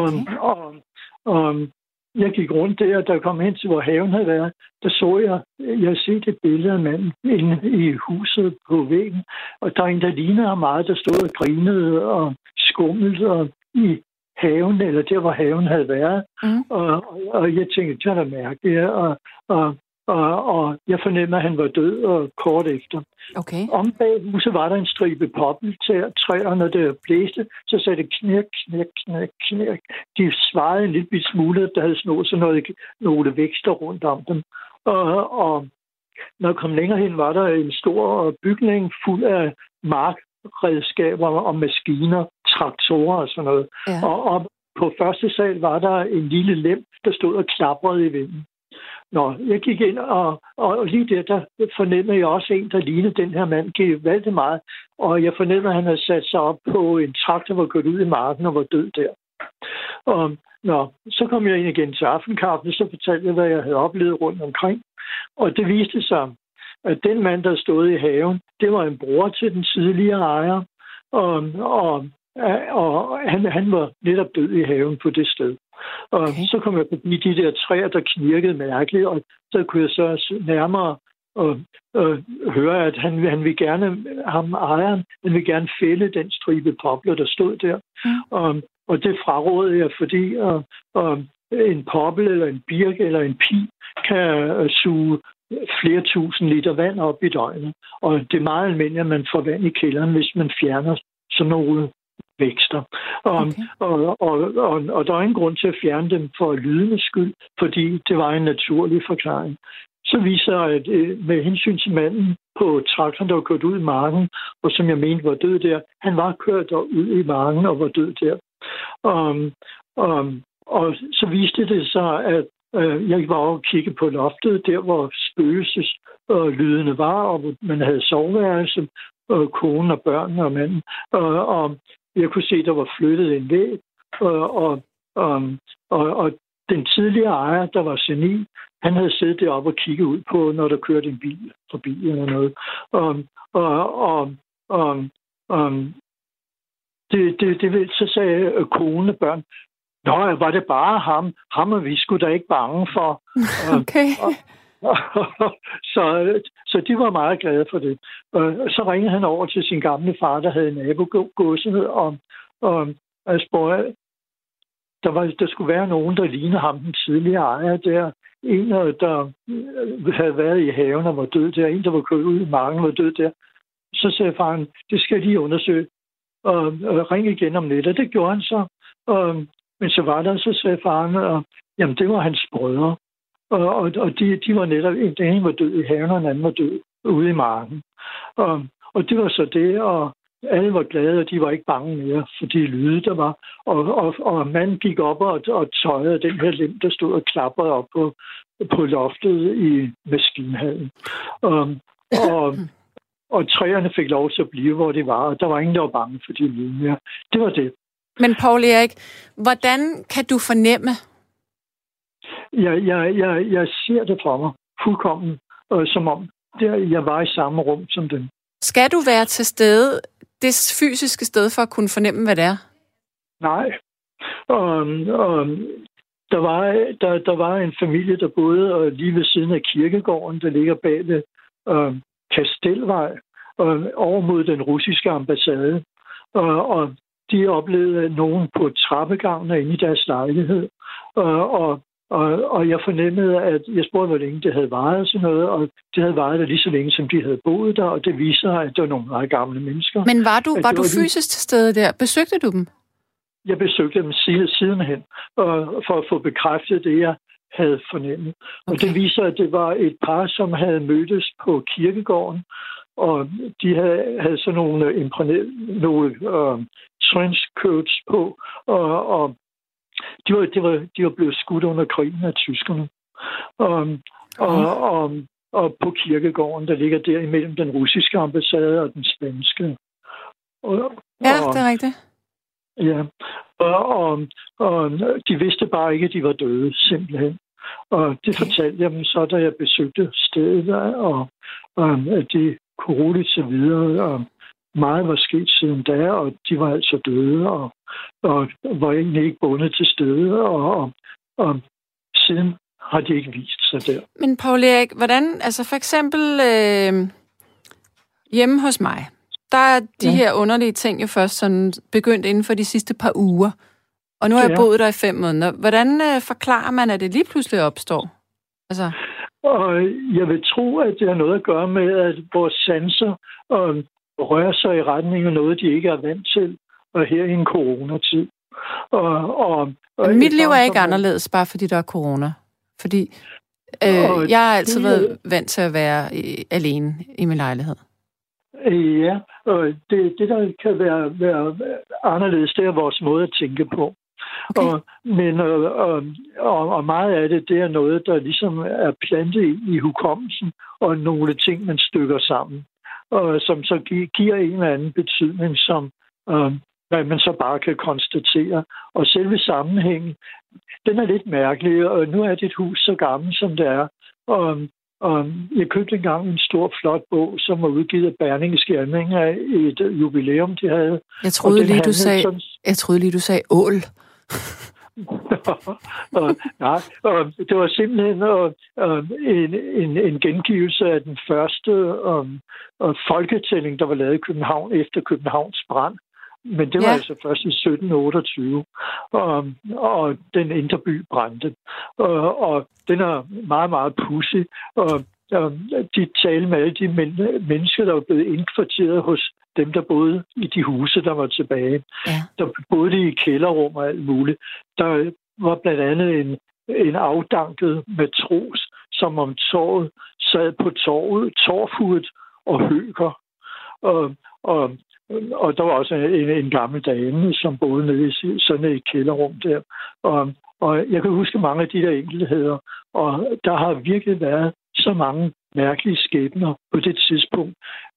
Jeg gik rundt der, og der kom hen til, hvor haven havde været. Der så jeg set et billede af manden inde i huset på væggen. Og der er en, der lignede ham meget, der stod og grinede og skummede i haven, eller der, hvor haven havde været. Mm. Og jeg tænkte, det var da mærkeligt. Og jeg fornemmer, at han var død, og kort efter. Okay. Om bag huset var der en stribe poppeltræer, og når det blæste, så sagde det knæk, knæk, knæk, knæk. De svarede en lille smule, der havde snået sådan nogle vækster rundt om dem. Og når jeg kom længere hen, var der en stor bygning fuld af markredskaber og maskiner, traktorer og sådan noget. Ja. Og på første sal var der en lille lem, der stod og klaprede i vinden. Jeg gik ind, og lige der fornemmede jeg også en, der lignede den her mand, gevaldigt meget. Og jeg fornemmede, at han havde sat sig op på en traktor, der var gået ud i marken og var død der. Så kom jeg ind igen til aftenkaffen, så fortalte jeg, hvad jeg havde oplevet rundt omkring. Og det viste sig, at den mand, der stod i haven, det var en bror til den tidligere ejer. Og han var netop død i haven på det sted. Og okay. Så kom jeg forbi de der træer, der knirkede mærkeligt, og så kunne jeg så nærmere høre, at han ville gerne, ejeren, han ville gerne fælde den stribe popler, der stod der. Mm. Og det frarådede jeg, fordi en poppel eller en birk eller en pi kan suge flere tusind liter vand op i døgnet. Og det er meget almindeligt, at man får vand i kælderen, hvis man fjerner sådan nogle vækster. Og der er ingen grund til at fjerne dem for lydenes skyld, fordi det var en naturlig forklaring. Så viser at med hensyn til manden på traktoren, der var kørt ud i marken, og som jeg mente var død der, han var kørt ud i marken og var død der. Og så viste det sig, at jeg var over og kigge på loftet, der hvor spøgelseslydene var, og man havde soveværelse, konen og børnene og manden. Og jeg kunne se, at der var flyttet en væg, og den tidligere ejer, der var senil, han havde siddet deroppe og kigget ud på, når der kørte en bil forbi eller noget. Så sagde konen og børn, nå, var det bare ham? Ham er vi sgu da ikke bange for. Okay. Så de var meget glade for det. Så ringede han over til sin gamle far, der havde en nabogåse, og jeg spurgte, der skulle være nogen, der lignede ham, den tidligere ejer der. En, der havde været i haven og var død der. En, der var kørt ud i marken og var død der. Så sagde faren, det skal de undersøge. Og ringe igen om lidt. Og det gjorde han så. Men så var der, så sagde faren, jamen det var hans brødre. Og de var netop, den ene var død i haven, og den anden var død ude i marken. Og det var så det, og alle var glade, og de var ikke bange mere for de lyde, der var. Og manden gik op og tøjede den her lem, der stod og klappede op på loftet i maskinhallen. Og træerne fik lov til at blive, hvor de var, og der var ingen, der var bange for de lyde mere. Det var det. Men Poul Erik, hvordan kan du fornemme? Jeg ser det for mig fuldkommen, som om jeg var i samme rum som dem. Skal du være til stede, det fysiske sted, for at kunne fornemme, hvad det er? Nej. Der var en familie, der boede lige ved siden af kirkegården, der ligger bag ved Kastelvej, over mod den russiske ambassade. Og de oplevede nogen på trappegangen inde i deres lejlighed. Og jeg fornemmede, at jeg spurgte, hvor længe det havde varet sådan noget, og det havde varet der lige så længe, som de havde boet der, og det viser, at det var nogle meget gamle mennesker. Men var du fysisk til stede der? Besøgte du dem? Jeg besøgte dem sidenhen, for at få bekræftet det, jeg havde fornemmet. Okay. Og det viser, at det var et par, som havde mødtes på kirkegården, og de havde sådan nogle trenchcoats på, og de var blevet skudt under krigen af tyskerne. Og på kirkegården, der ligger der imellem den russiske ambassade og den spanske. Ja, det er rigtigt. Ja, og de vidste bare ikke, at de var døde, simpelthen. Og det fortalte jeg dem så, da jeg besøgte stedet, og at de kunne roligt så videre, og meget var sket siden da, og de var altså døde, og var egentlig ikke bundet til stedet, og siden har de ikke vist sig der. Men Poul Erik, hvordan, altså for eksempel hjemme hos mig, der er de her underlige ting jo først sådan begyndt inden for de sidste par uger, og nu har jeg boet der i 5 måneder. Hvordan forklarer man, at det lige pludselig opstår? Altså... Og jeg vil tro, at det har noget at gøre med, at vores sanser rører sig i retning af noget, de ikke er vant til, og her i en coronatid. Mit liv er ikke anderledes, bare fordi der er corona. Fordi jeg har altid været vant til at være alene i min lejlighed. Ja, og det der kan være anderledes, det er vores måde at tænke på. Okay. Og meget af det er noget, der ligesom er plantet i hukommelsen, og nogle ting, man stykker sammen, og som så giver en eller anden betydning, som man så bare kan konstatere. Og selve sammenhængen, den er lidt mærkelig, og nu er det et hus så gammelt, som det er. Og jeg købte engang en stor, flot bog, som var udgivet af Berlingske Alminger af et jubilæum, de havde. Jeg troede lige, du sagde ål. Nej, det var simpelthen en gengivelse af den første folketælling, der var lavet i København efter Københavns brand, Men det var altså først i 1728, og den indre by brændte. Og den er meget, meget pudsig. Og de talte med alle de mennesker, der var blevet indkvarteret hos dem, der boede i de huse, der var tilbage. Ja. Der boede de i kælderrum og alt muligt. Der var blandt andet en afdanket matros, som om torvet sad på torvet, torfudet og høker. Og der var også en gammel dame, som boede nede i sådan et kælderrum der. Og jeg kan huske mange af de der enkeltheder. Og der har virkelig været så mange mærkelige skæbner på det tidspunkt.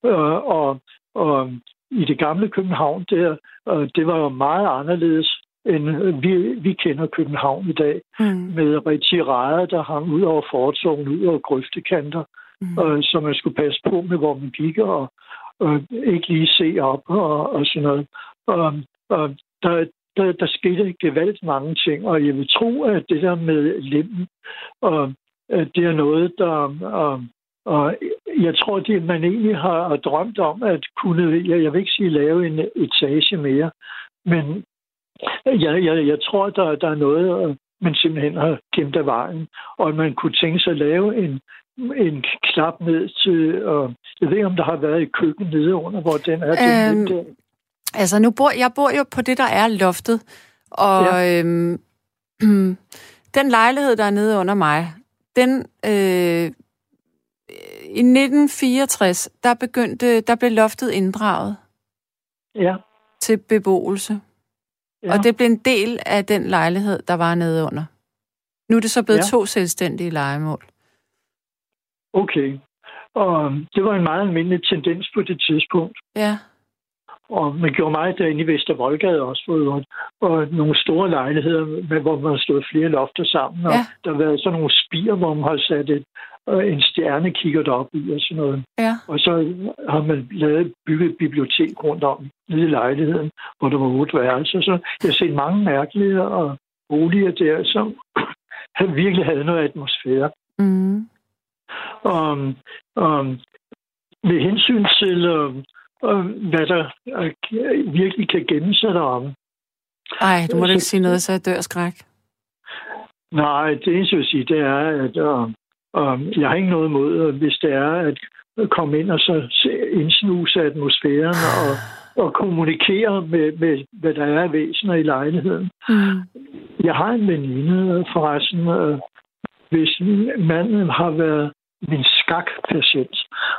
Og i det gamle København der, det var jo meget anderledes, end vi kender København i dag. Med retirader, der hang ud over fortoven, ud over grøftekanter, så man skulle passe på med, hvor man gik, og ikke lige se op og sådan noget. Og der skete gevaldigt mange ting, og jeg vil tro, at det der med lemmen, det er noget, der... Og jeg tror, det man egentlig har drømt om at kunne, jeg vil ikke sige lave en etage mere, men jeg tror, der er noget, man simpelthen har gemt af vejen, og at man kunne tænke sig at lave en klap ned til, jeg ved ikke, om der har været et køkken nede under, hvor den er der. Altså, jeg bor jo på det, der er loftet, og den lejlighed, der er nede under mig, den... I 1964, der blev loftet inddraget til beboelse. Ja. Og det blev en del af den lejlighed, der var nede under. Nu er det så blevet 2 selvstændige lejemål. Okay. Og det var en meget almindelig tendens på det tidspunkt. Ja. Og man gjorde meget derinde i Vestervoldgade også, og nogle store lejligheder, hvor man har stået flere lofter sammen. Og der har været sådan nogle spir, hvor man har sat en stjerne kigger derop i og sådan noget. Ja. Og så har man bygget et bibliotek rundt om nede i lejligheden, hvor der var 8 værelser. Så jeg har set mange mærkelige og boliger der, som virkelig havde noget atmosfære. Mm. Og med hensyn til, hvad der virkelig kan gemme sig derom. Ej, du må da ikke sige noget, så jeg dør skræk. Nej, det eneste, jeg vil sige, det er, at jeg har ikke noget imod, hvis det er at komme ind og så indsnuse atmosfæren og kommunikere med, hvad der er af væsener i lejligheden. Mm. Jeg har en veninde forresten, hvis manden har været min skakpatient.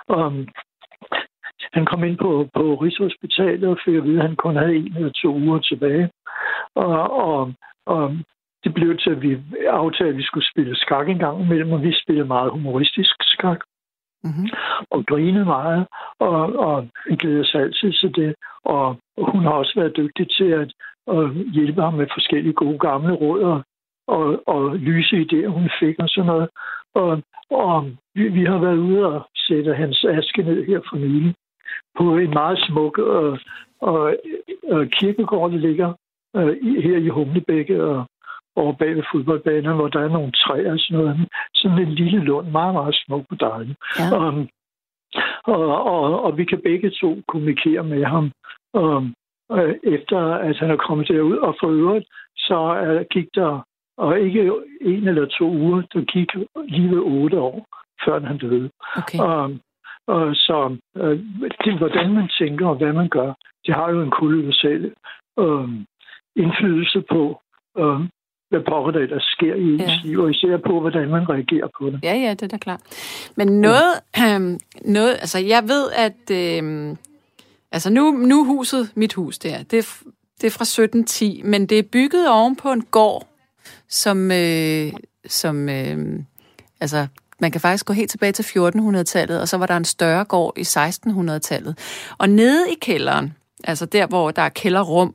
Han kom ind på Rigshospitalet og fik at vide, at han kun havde 1 eller 2 uger tilbage. Og det blev til, at vi aftalte, at vi skulle spille skak en gang imellem, og vi spillede meget humoristisk skak. Mm-hmm. Og grinede meget, og glæder sig altid til det. Og hun har også været dygtig til at hjælpe ham med forskellige gode gamle råd og lyse idéer, hun fik og sådan noget. Og vi har været ude og sætte hans aske ned her for nylig på en meget smuk kirkegård, der ligger her i Humlebække og over bag ved fodboldbanen, hvor der er nogle træer og sådan noget. Sådan en lille lund, meget, meget smuk og dejlig. Ja. Og vi kan begge to kommunikere med ham. Efter at han er kommet derud, og for øvrigt, så gik der, og ikke 1 eller 2 uger, der gik lige ved 8 år, før han døde. Okay. Så det, hvordan man tænker og hvad man gør, det har jo en kolossal indflydelse på, hvad pokker der sker i ens liv, og især på, hvordan man reagerer på det. Ja, det er da klart. Men noget, altså jeg ved, at altså nu huset, mit hus der, det er fra 1710, men det er bygget oven på en gård, som altså man kan faktisk gå helt tilbage til 1400-tallet, og så var der en større gård i 1600-tallet. Og nede i kælderen, altså der, hvor der er kælderrum,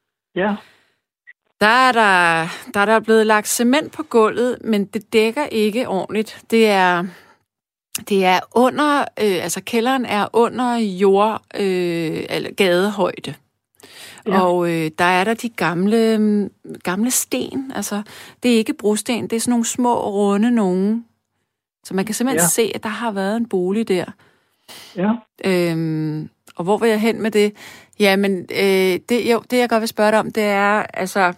der er der blevet lagt cement på gulvet, men det dækker ikke ordentligt. Det er under, altså kælderen er under eller gadehøjde. Ja. Og der er der de gamle sten, altså det er ikke brosten, det er sådan nogle små, runde nogen. Så man kan simpelthen se, at der har været en bolig der. Ja. Og hvor vil jeg hen med det? Ja, men det jeg godt vil spørge dig om, det er, altså...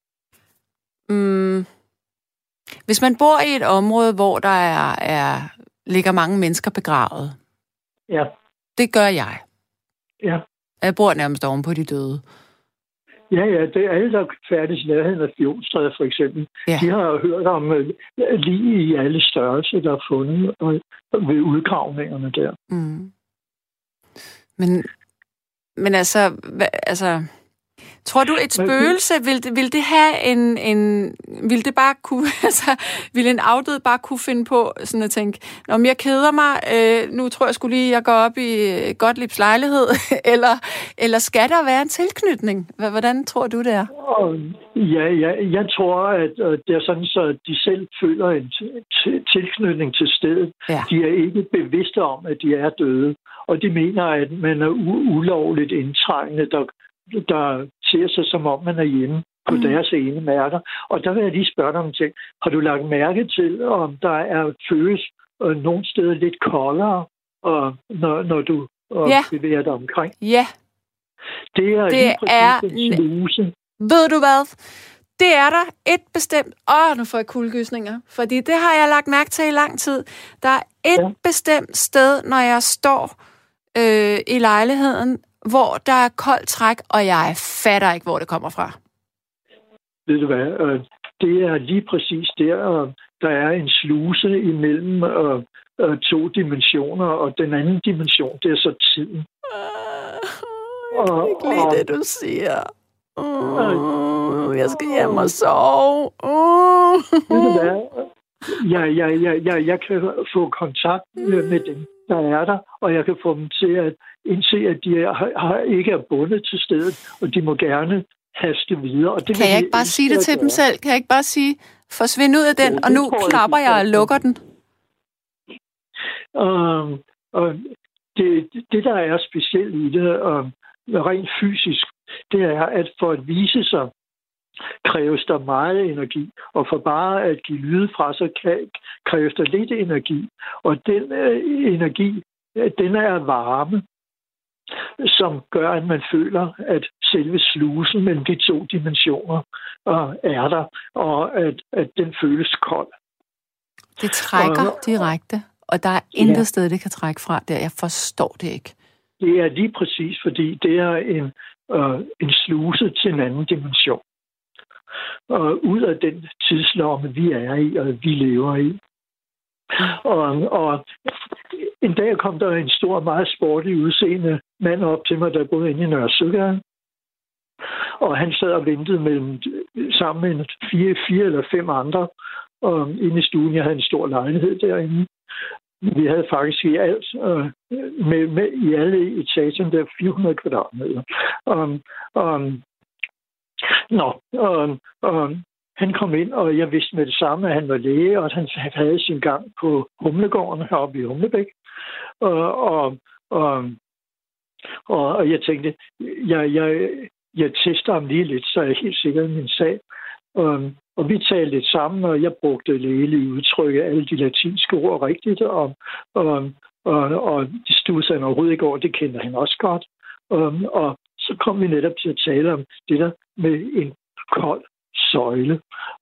hvis man bor i et område, hvor der ligger mange mennesker begravet. Ja. Det gør jeg. Ja. Jeg bor nærmest oven på de døde. Ja, det er alle, der færdes i nærheden af Fjordstræde, for eksempel. Ja. De har hørt om lige i alle størrelser, der er fundet ved udgravningerne der. Mm. Men altså... Tror du, et spøgelse, vil det have vil det bare kunne, vil en afdød bare kunne finde på sådan at tænke, om jeg keder mig, nu tror jeg skulle lige, jeg går op i Gottliebs lejlighed, eller skal der være en tilknytning? Hvordan tror du, det er? Jeg tror, at det er sådan, så de selv føler en tilknytning til stedet. Ja. De er ikke bevidste om, at de er døde, og de mener, at man er ulovligt indtrængende, der ser sig, som om man er hjemme på deres ene mærker. Og der vil jeg lige spørge dig om ting. Har du lagt mærke til, om der føles nogle steder lidt koldere, når du bevæger dig omkring? Ja. Det er lige præcis en sluse. Ved du hvad? Det er der et bestemt... nu får jeg kuldegysninger. Fordi det har jeg lagt mærke til i lang tid. Der er et bestemt sted, når jeg står i lejligheden, hvor der er koldt træk, og jeg fatter ikke, hvor det kommer fra. Ved du hvad? Det er lige præcis der, der er en sluse imellem to dimensioner, og den anden dimension, det er så tiden. Jeg kan ikke lide det, du siger. Jeg skal hjem og sove. Ved du hvad? Jeg kan få kontakt med dem, der er der, og jeg kan få dem til at indse, at de ikke er bundet til stedet, og de må gerne haste videre. Og det kan jeg ikke bare sige det til dem selv? Kan jeg ikke bare sige, forsvind ud af den, og nu klapper jeg og lukker den? Det, der er specielt i det, rent fysisk, det er, at for at vise sig, kræves der meget energi, og for bare at give lyde fra sig, kræves der lidt energi. Og den energi, den er varme, som gør, at man føler, at selve slusen mellem de to dimensioner er der, og at den føles kold. Det trækker direkte, og der er intet sted, det kan trække fra der. Jeg forstår det ikke. Det er lige præcis, fordi det er en sluse til en anden dimension. Og ud af den tidslomme, vi er i, og vi lever i. Og en dag kom der en stor, meget sportig udseende mand op til mig, der boede inde i Nørre Søgade. Og han sad og ventede sammen med 4 eller 5 andre inde i stuen. Jeg havde en stor lejlighed derinde. Vi havde faktisk i alt, i alle etagen, der 400 kvadratmeter. Han kom ind, og jeg vidste med det samme, at han var læge, og at han havde sin gang på Humlegården heroppe i Humlebæk. Og jeg tænkte, jeg tester ham lige lidt, så jeg er helt sikker i min sag. Og vi talte lidt sammen, og jeg brugte lægelige udtryk af alle de latinske ord rigtigt, og de studsede han overhovedet ikke over, det kender han også godt. Og så kom vi netop til at tale om det der med en kold søjle.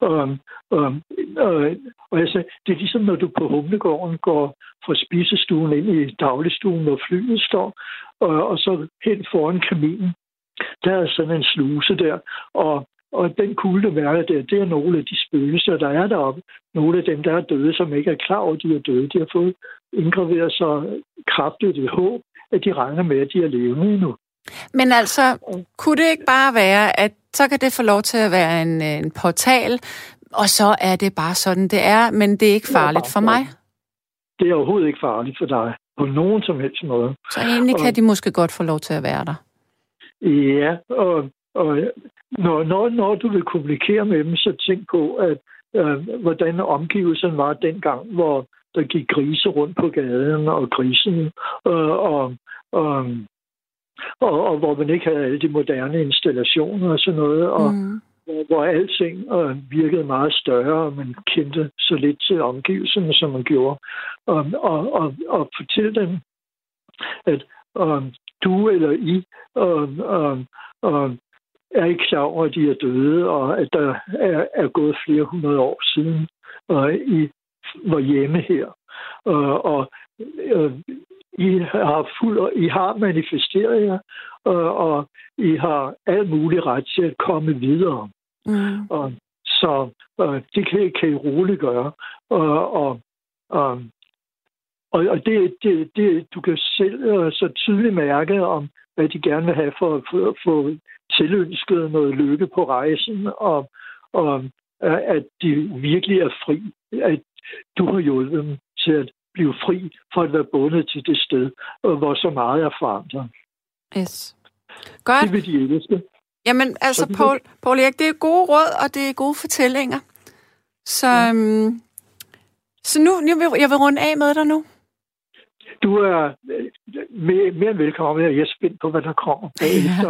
Og jeg sagde, det er ligesom, når du på Humlegården går fra spisestuen ind i dagligstuen, hvor flyet står, og så hen foran kaminen. Der er sådan en sluse der, og den kuldeværker der, det er nogle af de spøgelser, der er deroppe. Nogle af dem, der er døde, som ikke er klar over, at de er døde, de har fået indgraveret så kraftigt et håb, at de regner med, at de er levende endnu. Men altså, kunne det ikke bare være, at så kan det få lov til at være en portal, og så er det bare sådan, det er, men det er ikke farligt for mig? Det er overhovedet ikke farligt for dig, på nogen som helst måde. Så egentlig kan de måske godt få lov til at være der? Ja, og når du vil kommunikere med dem, så tænk på, at hvordan omgivelsen var dengang, hvor der gik grise rundt på gaden og grisen, og hvor man ikke havde alle de moderne installationer og sådan noget, og hvor alting virkede meget større, og man kendte så lidt til omgivelserne, som man gjorde. Og fortælle dem, at du eller I er ikke klar over, at de er døde, og at der er gået flere hundrede år siden, I var hjemme her. I har manifesteret jer, og I har al mulig ret til at komme videre. Så det kan I roligt gøre. Og det du kan selv så tydeligt mærke om, hvad de gerne vil have for at få tilønsket noget lykke på rejsen, og at de virkelig er fri. At du har hjulpet dem til at blive fri for at være bundet til det sted, hvor så meget er forandret. Yes. Godt. Det vil de elske. Jamen, altså, Poul Erik, det er gode råd, og det er gode fortællinger. Så nu jeg vil runde af med dig nu. Du er mere end velkommen, og jeg er spændt på, hvad der kommer bagefter.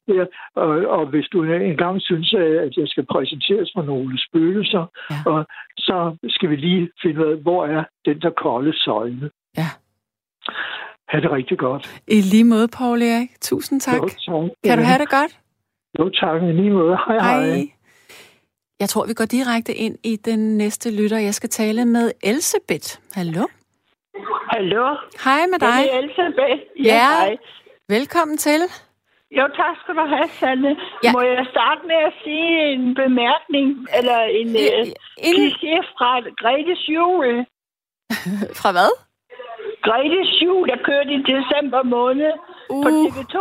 Og hvis du engang synes, at jeg skal præsenteres for nogle spøgelser, så skal vi lige finde ud af, hvor er den der kolde søjle. Ja. Ha' det rigtig godt. I lige måde, Poul Erik. Tusind tak. Jo, tak. Kan du have det godt? Jo, tak. I lige måde. Hej. Jeg tror, vi går direkte ind i den næste lytter. Jeg skal tale med Elsebeth. Hallo? Hallo? Hej med dig. Det er Elsebeth. Ja, hej. Velkommen til. Jo, tak skal du have, Sanne. Ja. Må jeg starte med at sige en bemærkning, eller en kliché fra Gretes jul? Fra hvad? Gretes jul, der kørte i december måned på TV2.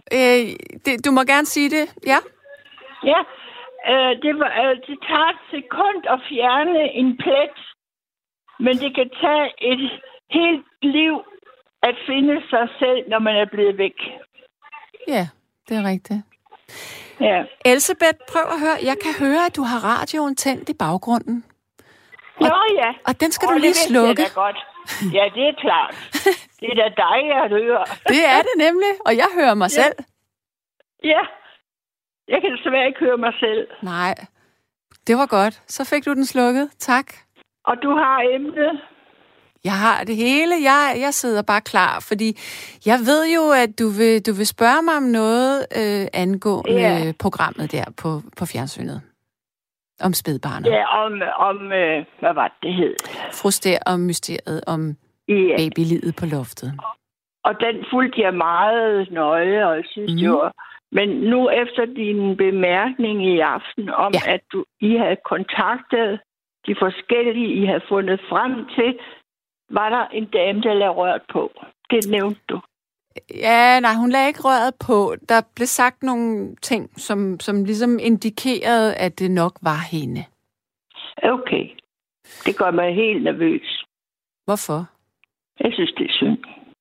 Du må gerne sige det, ja? Ja, det tager et sekund at fjerne en plet, men det kan tage et helt liv at finde sig selv, når man er blevet væk. Ja, det er rigtigt. Ja. Elsebeth, prøv at høre. Jeg kan høre, at du har radioen tændt i baggrunden. Nå ja. Og den skal du lige slukke. Det er godt. Ja, det er klart. Det er da dejligt at høre. Det er det nemlig, og jeg hører mig selv. Ja. Jeg kan desværre ikke høre mig selv. Nej, det var godt. Så fik du den slukket. Tak. Og du har emnet? Jeg har det hele. Jeg sidder bare klar, fordi jeg ved jo, at du vil spørge mig om noget angående programmet der på fjernsynet. Om spædbarnet. Ja, om hvad var det hed? Fruster om mysteriet om babylivet på loftet. Og den fulgte jeg meget nøje, og jeg synes jo. Men nu efter din bemærkning i aften om, at I havde kontaktet de forskellige, I havde fundet frem til, var der en dame, der lagde røret på. Det nævnte du. Ja, nej, hun lagde ikke røret på. Der blev sagt nogle ting, som ligesom indikerede, at det nok var hende. Okay. Det gør mig helt nervøs. Hvorfor? Jeg synes, det er synd.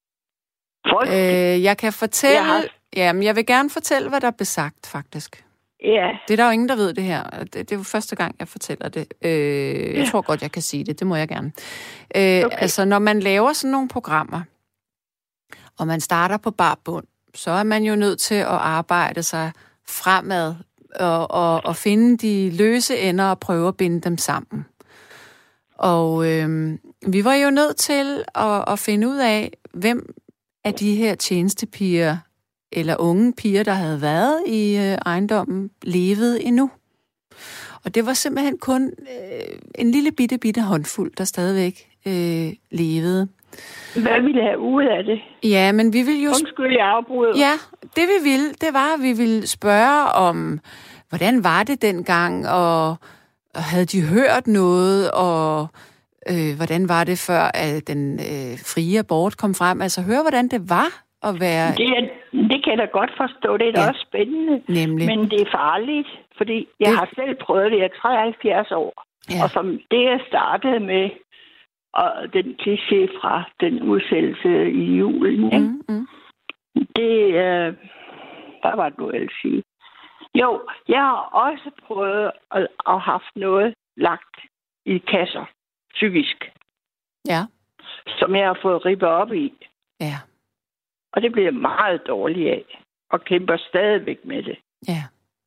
Jeg kan fortælle... Jamen, jeg vil gerne fortælle, hvad der blev sagt, faktisk. Ja. Det er der jo ingen, der ved det her. Det er jo første gang, jeg fortæller det. Jeg tror godt, jeg kan sige det. Det må jeg gerne. Okay. Altså, når man laver sådan nogle programmer, og man starter på bar bund, så er man jo nødt til at arbejde sig fremad og finde de løse ender og prøve at binde dem sammen. Og vi var jo nødt til at finde ud af, hvem af de her tjenestepiger eller unge piger, der havde været i ejendommen, levede endnu. Og det var simpelthen kun en lille bitte håndfuld, der stadigvæk levede. Hvad ville I have ud af det? Ja, men vi ville jo... Undskyld, jeg afbryder. Ja, det vi ville, det var, at vi ville spørge om, hvordan var det dengang, og havde de hørt noget, og hvordan var det før, at den frie abort kom frem? Altså, høre, hvordan det var at være... Det kan jeg da godt forstå. Det er da også spændende. Nemlig. Men det er farligt, fordi jeg har selv prøvet det. Jeg er 73 år. Ja. Og som det, jeg startede med, og den kliché fra den udsættelse i julen, det... hvad var det nu, jeg ville sige? Jo, jeg har også prøvet at haft noget lagt i kasser, psykisk. Ja. Som jeg har fået ribbet op i. Ja. Og det bliver meget dårligt af, og kæmper stadigvæk med det. Ja.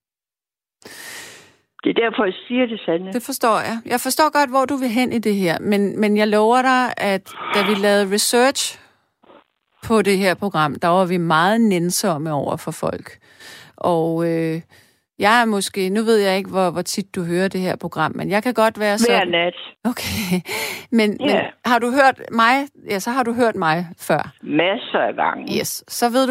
Det er derfor, jeg siger det, Sanne. Det forstår jeg. Jeg forstår godt, hvor du vil hen i det her, men jeg lover dig, at da vi lavede research på det her program, der var vi meget nænsomme over for folk. Og jeg er måske, nu ved jeg ikke, hvor tit du hører det her program, men jeg kan godt være så... Hver nat. Okay. Men har du hørt mig? Ja, så har du hørt mig før. Masser af gange. Yes. Så ved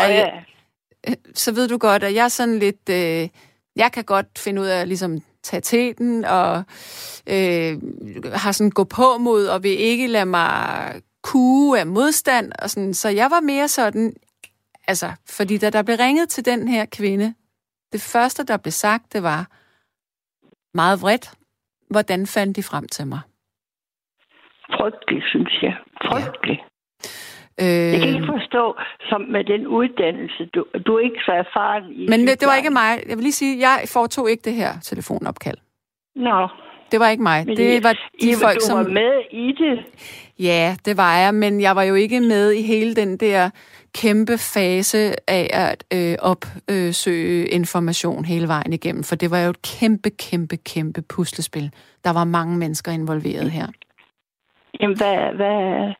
du godt, at jeg er sådan lidt... jeg kan godt finde ud af at ligesom tage teten og har sådan gå på mod og vil ikke lade mig kue af modstand og sådan. Så jeg var mere sådan... Altså, fordi da der blev ringet til den her kvinde, det første, der blev sagt, det var meget vredt. Hvordan fandt de frem til mig? Frygteligt, synes jeg. Frygteligt. Jeg kan ikke forstå, som med den uddannelse, du er ikke så erfaren i... Men det var ikke mig. Jeg vil lige sige, jeg foretog ikke det her telefonopkald. Nå. Det var ikke mig. Det var de folk, som... Du var med i det? Ja, det var jeg, men jeg var jo ikke med i hele den der kæmpe fase af at opsøge information hele vejen igennem, for det var jo et kæmpe puslespil. Der var mange mennesker involveret her. Jamen, hvad...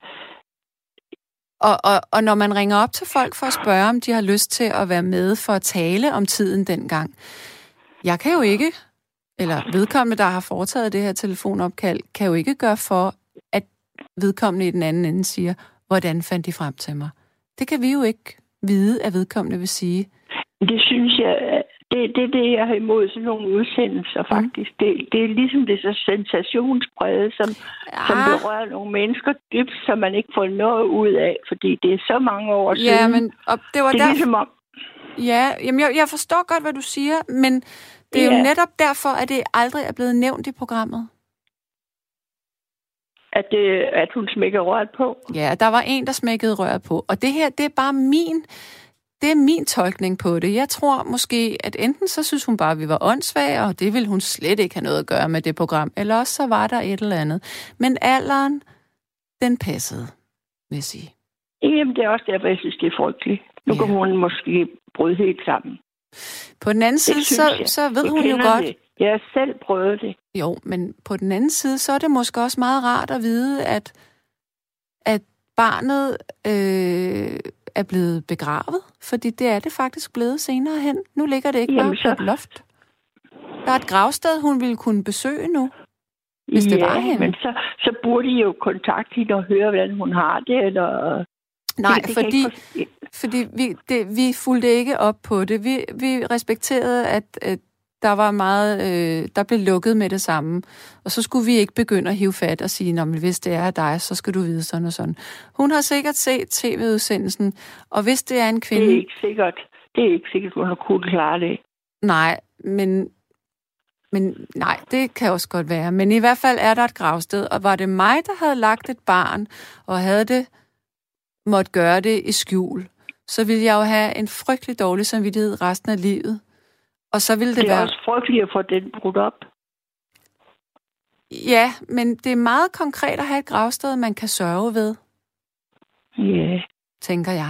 Og når man ringer op til folk for at spørge, om de har lyst til at være med for at tale om tiden dengang, jeg kan jo ikke, eller vedkommende, der har foretaget det her telefonopkald, kan jo ikke gøre for, at vedkommende i den anden ende siger, hvordan fandt de frem til mig. Det kan vi jo ikke vide, at vedkommende vil sige. Det synes jeg, det er det, jeg har imod sådan nogle udsendelser, faktisk. Det er ligesom det så sensationspræget, som berører nogle mennesker dybt, som man ikke får noget ud af, fordi det er så mange år siden. Ja, men det var det er ligesom om... Ja, jamen jeg forstår godt, hvad du siger, men det er jo netop derfor, at det aldrig er blevet nævnt i programmet. At hun smækkede røret på? Ja, der var en, der smækkede røret på. Og det her, det er bare min tolkning på det. Jeg tror måske, at enten så synes hun bare, at vi var åndssvage, og det ville hun slet ikke have noget at gøre med det program. Eller også så var der et eller andet. Men alderen, den passede, vil jeg sige. Jamen, det er også derfor, jeg synes, det er frygteligt. Nu kan hun måske bryde helt sammen. På den anden side, så ved hun jo godt... Det. Jeg har selv prøvet det. Jo, men på den anden side, så er det måske også meget rart at vide, at barnet er blevet begravet. Fordi det er det faktisk blevet senere hen. Nu ligger det ikke bare på et loft. Der er et gravsted, hun ville kunne besøge nu, hvis det var hende. Men så burde I jo kontakte hende og høre, hvordan hun har det, eller... Nej, fordi vi fulgte ikke op på det. Vi respekterede, at der var meget, der blev lukket med det samme. Og så skulle vi ikke begynde at hive fat og sige, nå, men hvis det er dig, så skal du vide sådan og sådan. Hun har sikkert set tv-udsendelsen, og hvis det er en kvinde... Det er ikke sikkert, hun har kunnet klare det. Nej, men nej, det kan også godt være. Men i hvert fald er der et gravsted, og var det mig, der havde lagt et barn, og havde det måtte gøre det i skjul, så ville jeg jo have en frygtelig dårlig samvittighed resten af livet. Og så ville det være... også frygteligt at få den brudt op. Ja, men det er meget konkret at have et gravsted, man kan sørge ved. Ja. Tænker jeg.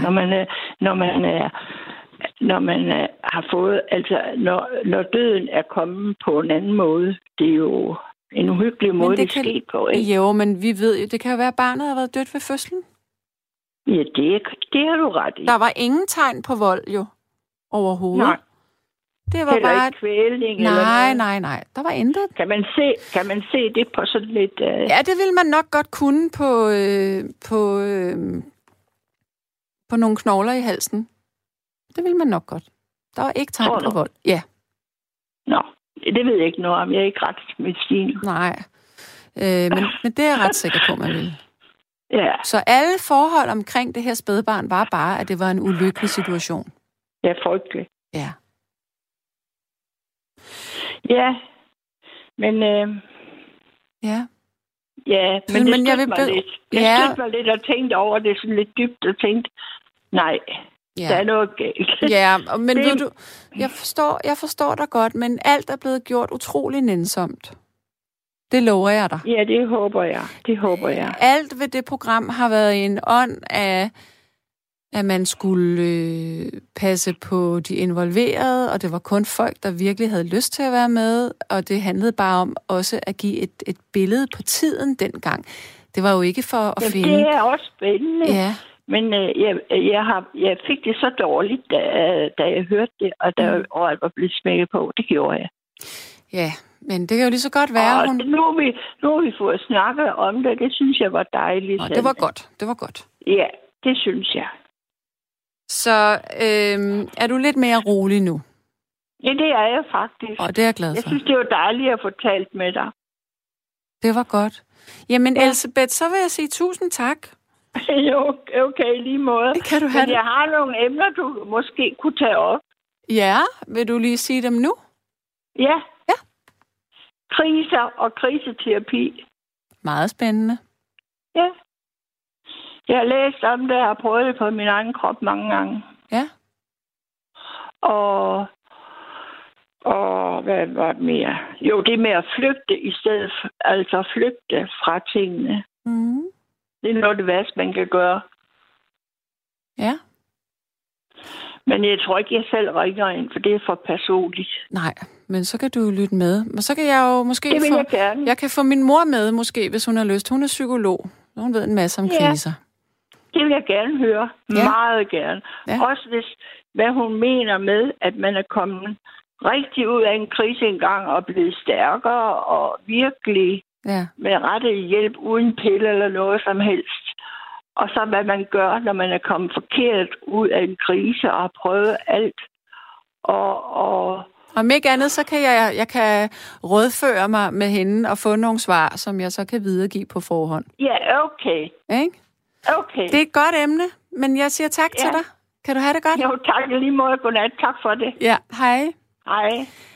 Når man har fået... Altså, når døden er kommet på en anden måde, det er jo en uhyggelig måde, det sker på, ikke? Jo, men vi ved jo, det kan jo være, at barnet har været dødt ved fødslen. Ja, det har du ret i. Der var ingen tegn på vold, jo, overhovedet. Nej. Det var bare... ikke kvælning? Nej. Der var intet. Kan man se det på sådan lidt... Ja, det ville man nok godt kunne på nogle knogler i halsen. Det ville man nok godt. Der var ikke tegn på vold. Ja. Nå, det ved jeg ikke noget om. Jeg er ikke retsmedicin. Nej. Men det er jeg ret sikker på, man vil. Ja. Så alle forhold omkring det her spædbarn var bare, at det var en ulykkelig situation. Ja, frygtelig. Ja. Ja, men... Ja. Ja, men jeg stødte mig lidt og tænkte over det sådan lidt dybt og tænkte, nej, der er noget galt. Ja, men ved du, jeg forstår dig godt, men alt er blevet gjort utrolig nænsomt. Det lover jeg dig. Ja, det håber jeg. Alt ved det program har været i en ånd af, at man skulle passe på de involverede, og det var kun folk, der virkelig havde lyst til at være med, og det handlede bare om også at give et billede på tiden dengang. Det var jo ikke for at finde... Det er også spændende. Ja. Men jeg fik det så dårligt, da jeg hørte det, og da året var blevet smækket på. Det gjorde jeg. Ja, men det kan jo lige så godt være, og nu har vi fået snakket om det. Det synes jeg var dejligt. Og det var godt. Det var godt. Ja, det synes jeg. Så er du lidt mere rolig nu? Ja, det er jeg faktisk. Og det er jeg glad for. Jeg synes, det var dejligt at få talt med dig. Det var godt. Jamen, ja. Elsebeth, så vil jeg sige tusind tak. Jo, okay, lige måde. Kan du have Men jeg har nogle emner, du måske kunne tage op. Ja, vil du lige sige dem nu? Ja. Kriser og kriseterapi. Meget spændende. Ja. Jeg har læst om det, og har prøvet det på min egen krop mange gange. Ja. Og hvad var det mere? Jo, det med at flygte i stedet for, altså flygte fra tingene. Mm. Det er noget af det værste, man kan gøre. Ja. Men jeg tror ikke, jeg selv ringer ind, for det er for personligt. Nej, men så kan du lytte med. Og så kan jeg jo måske det vil jeg gerne. Jeg kan få min mor med, måske, hvis hun har lyst. Hun er psykolog. Hun ved en masse om kriser. Det vil jeg gerne høre. Ja. Meget gerne. Ja. Også hvad hun mener med, at man er kommet rigtig ud af en krise engang og blevet stærkere og virkelig med rette hjælp uden pille eller noget som helst. Og så hvad man gør, når man er kommet forkert ud af en krise og har prøvet alt. Og om ikke andet, så kan jeg kan rådføre mig med hende og få nogle svar, som jeg så kan videregive på forhånd. Ja, okay. Ikke? Okay. Det er et godt emne, men jeg siger tak til dig. Kan du have det godt? Jo, tak i lige måde. Godnat. Tak for det. Ja, hej. Hej.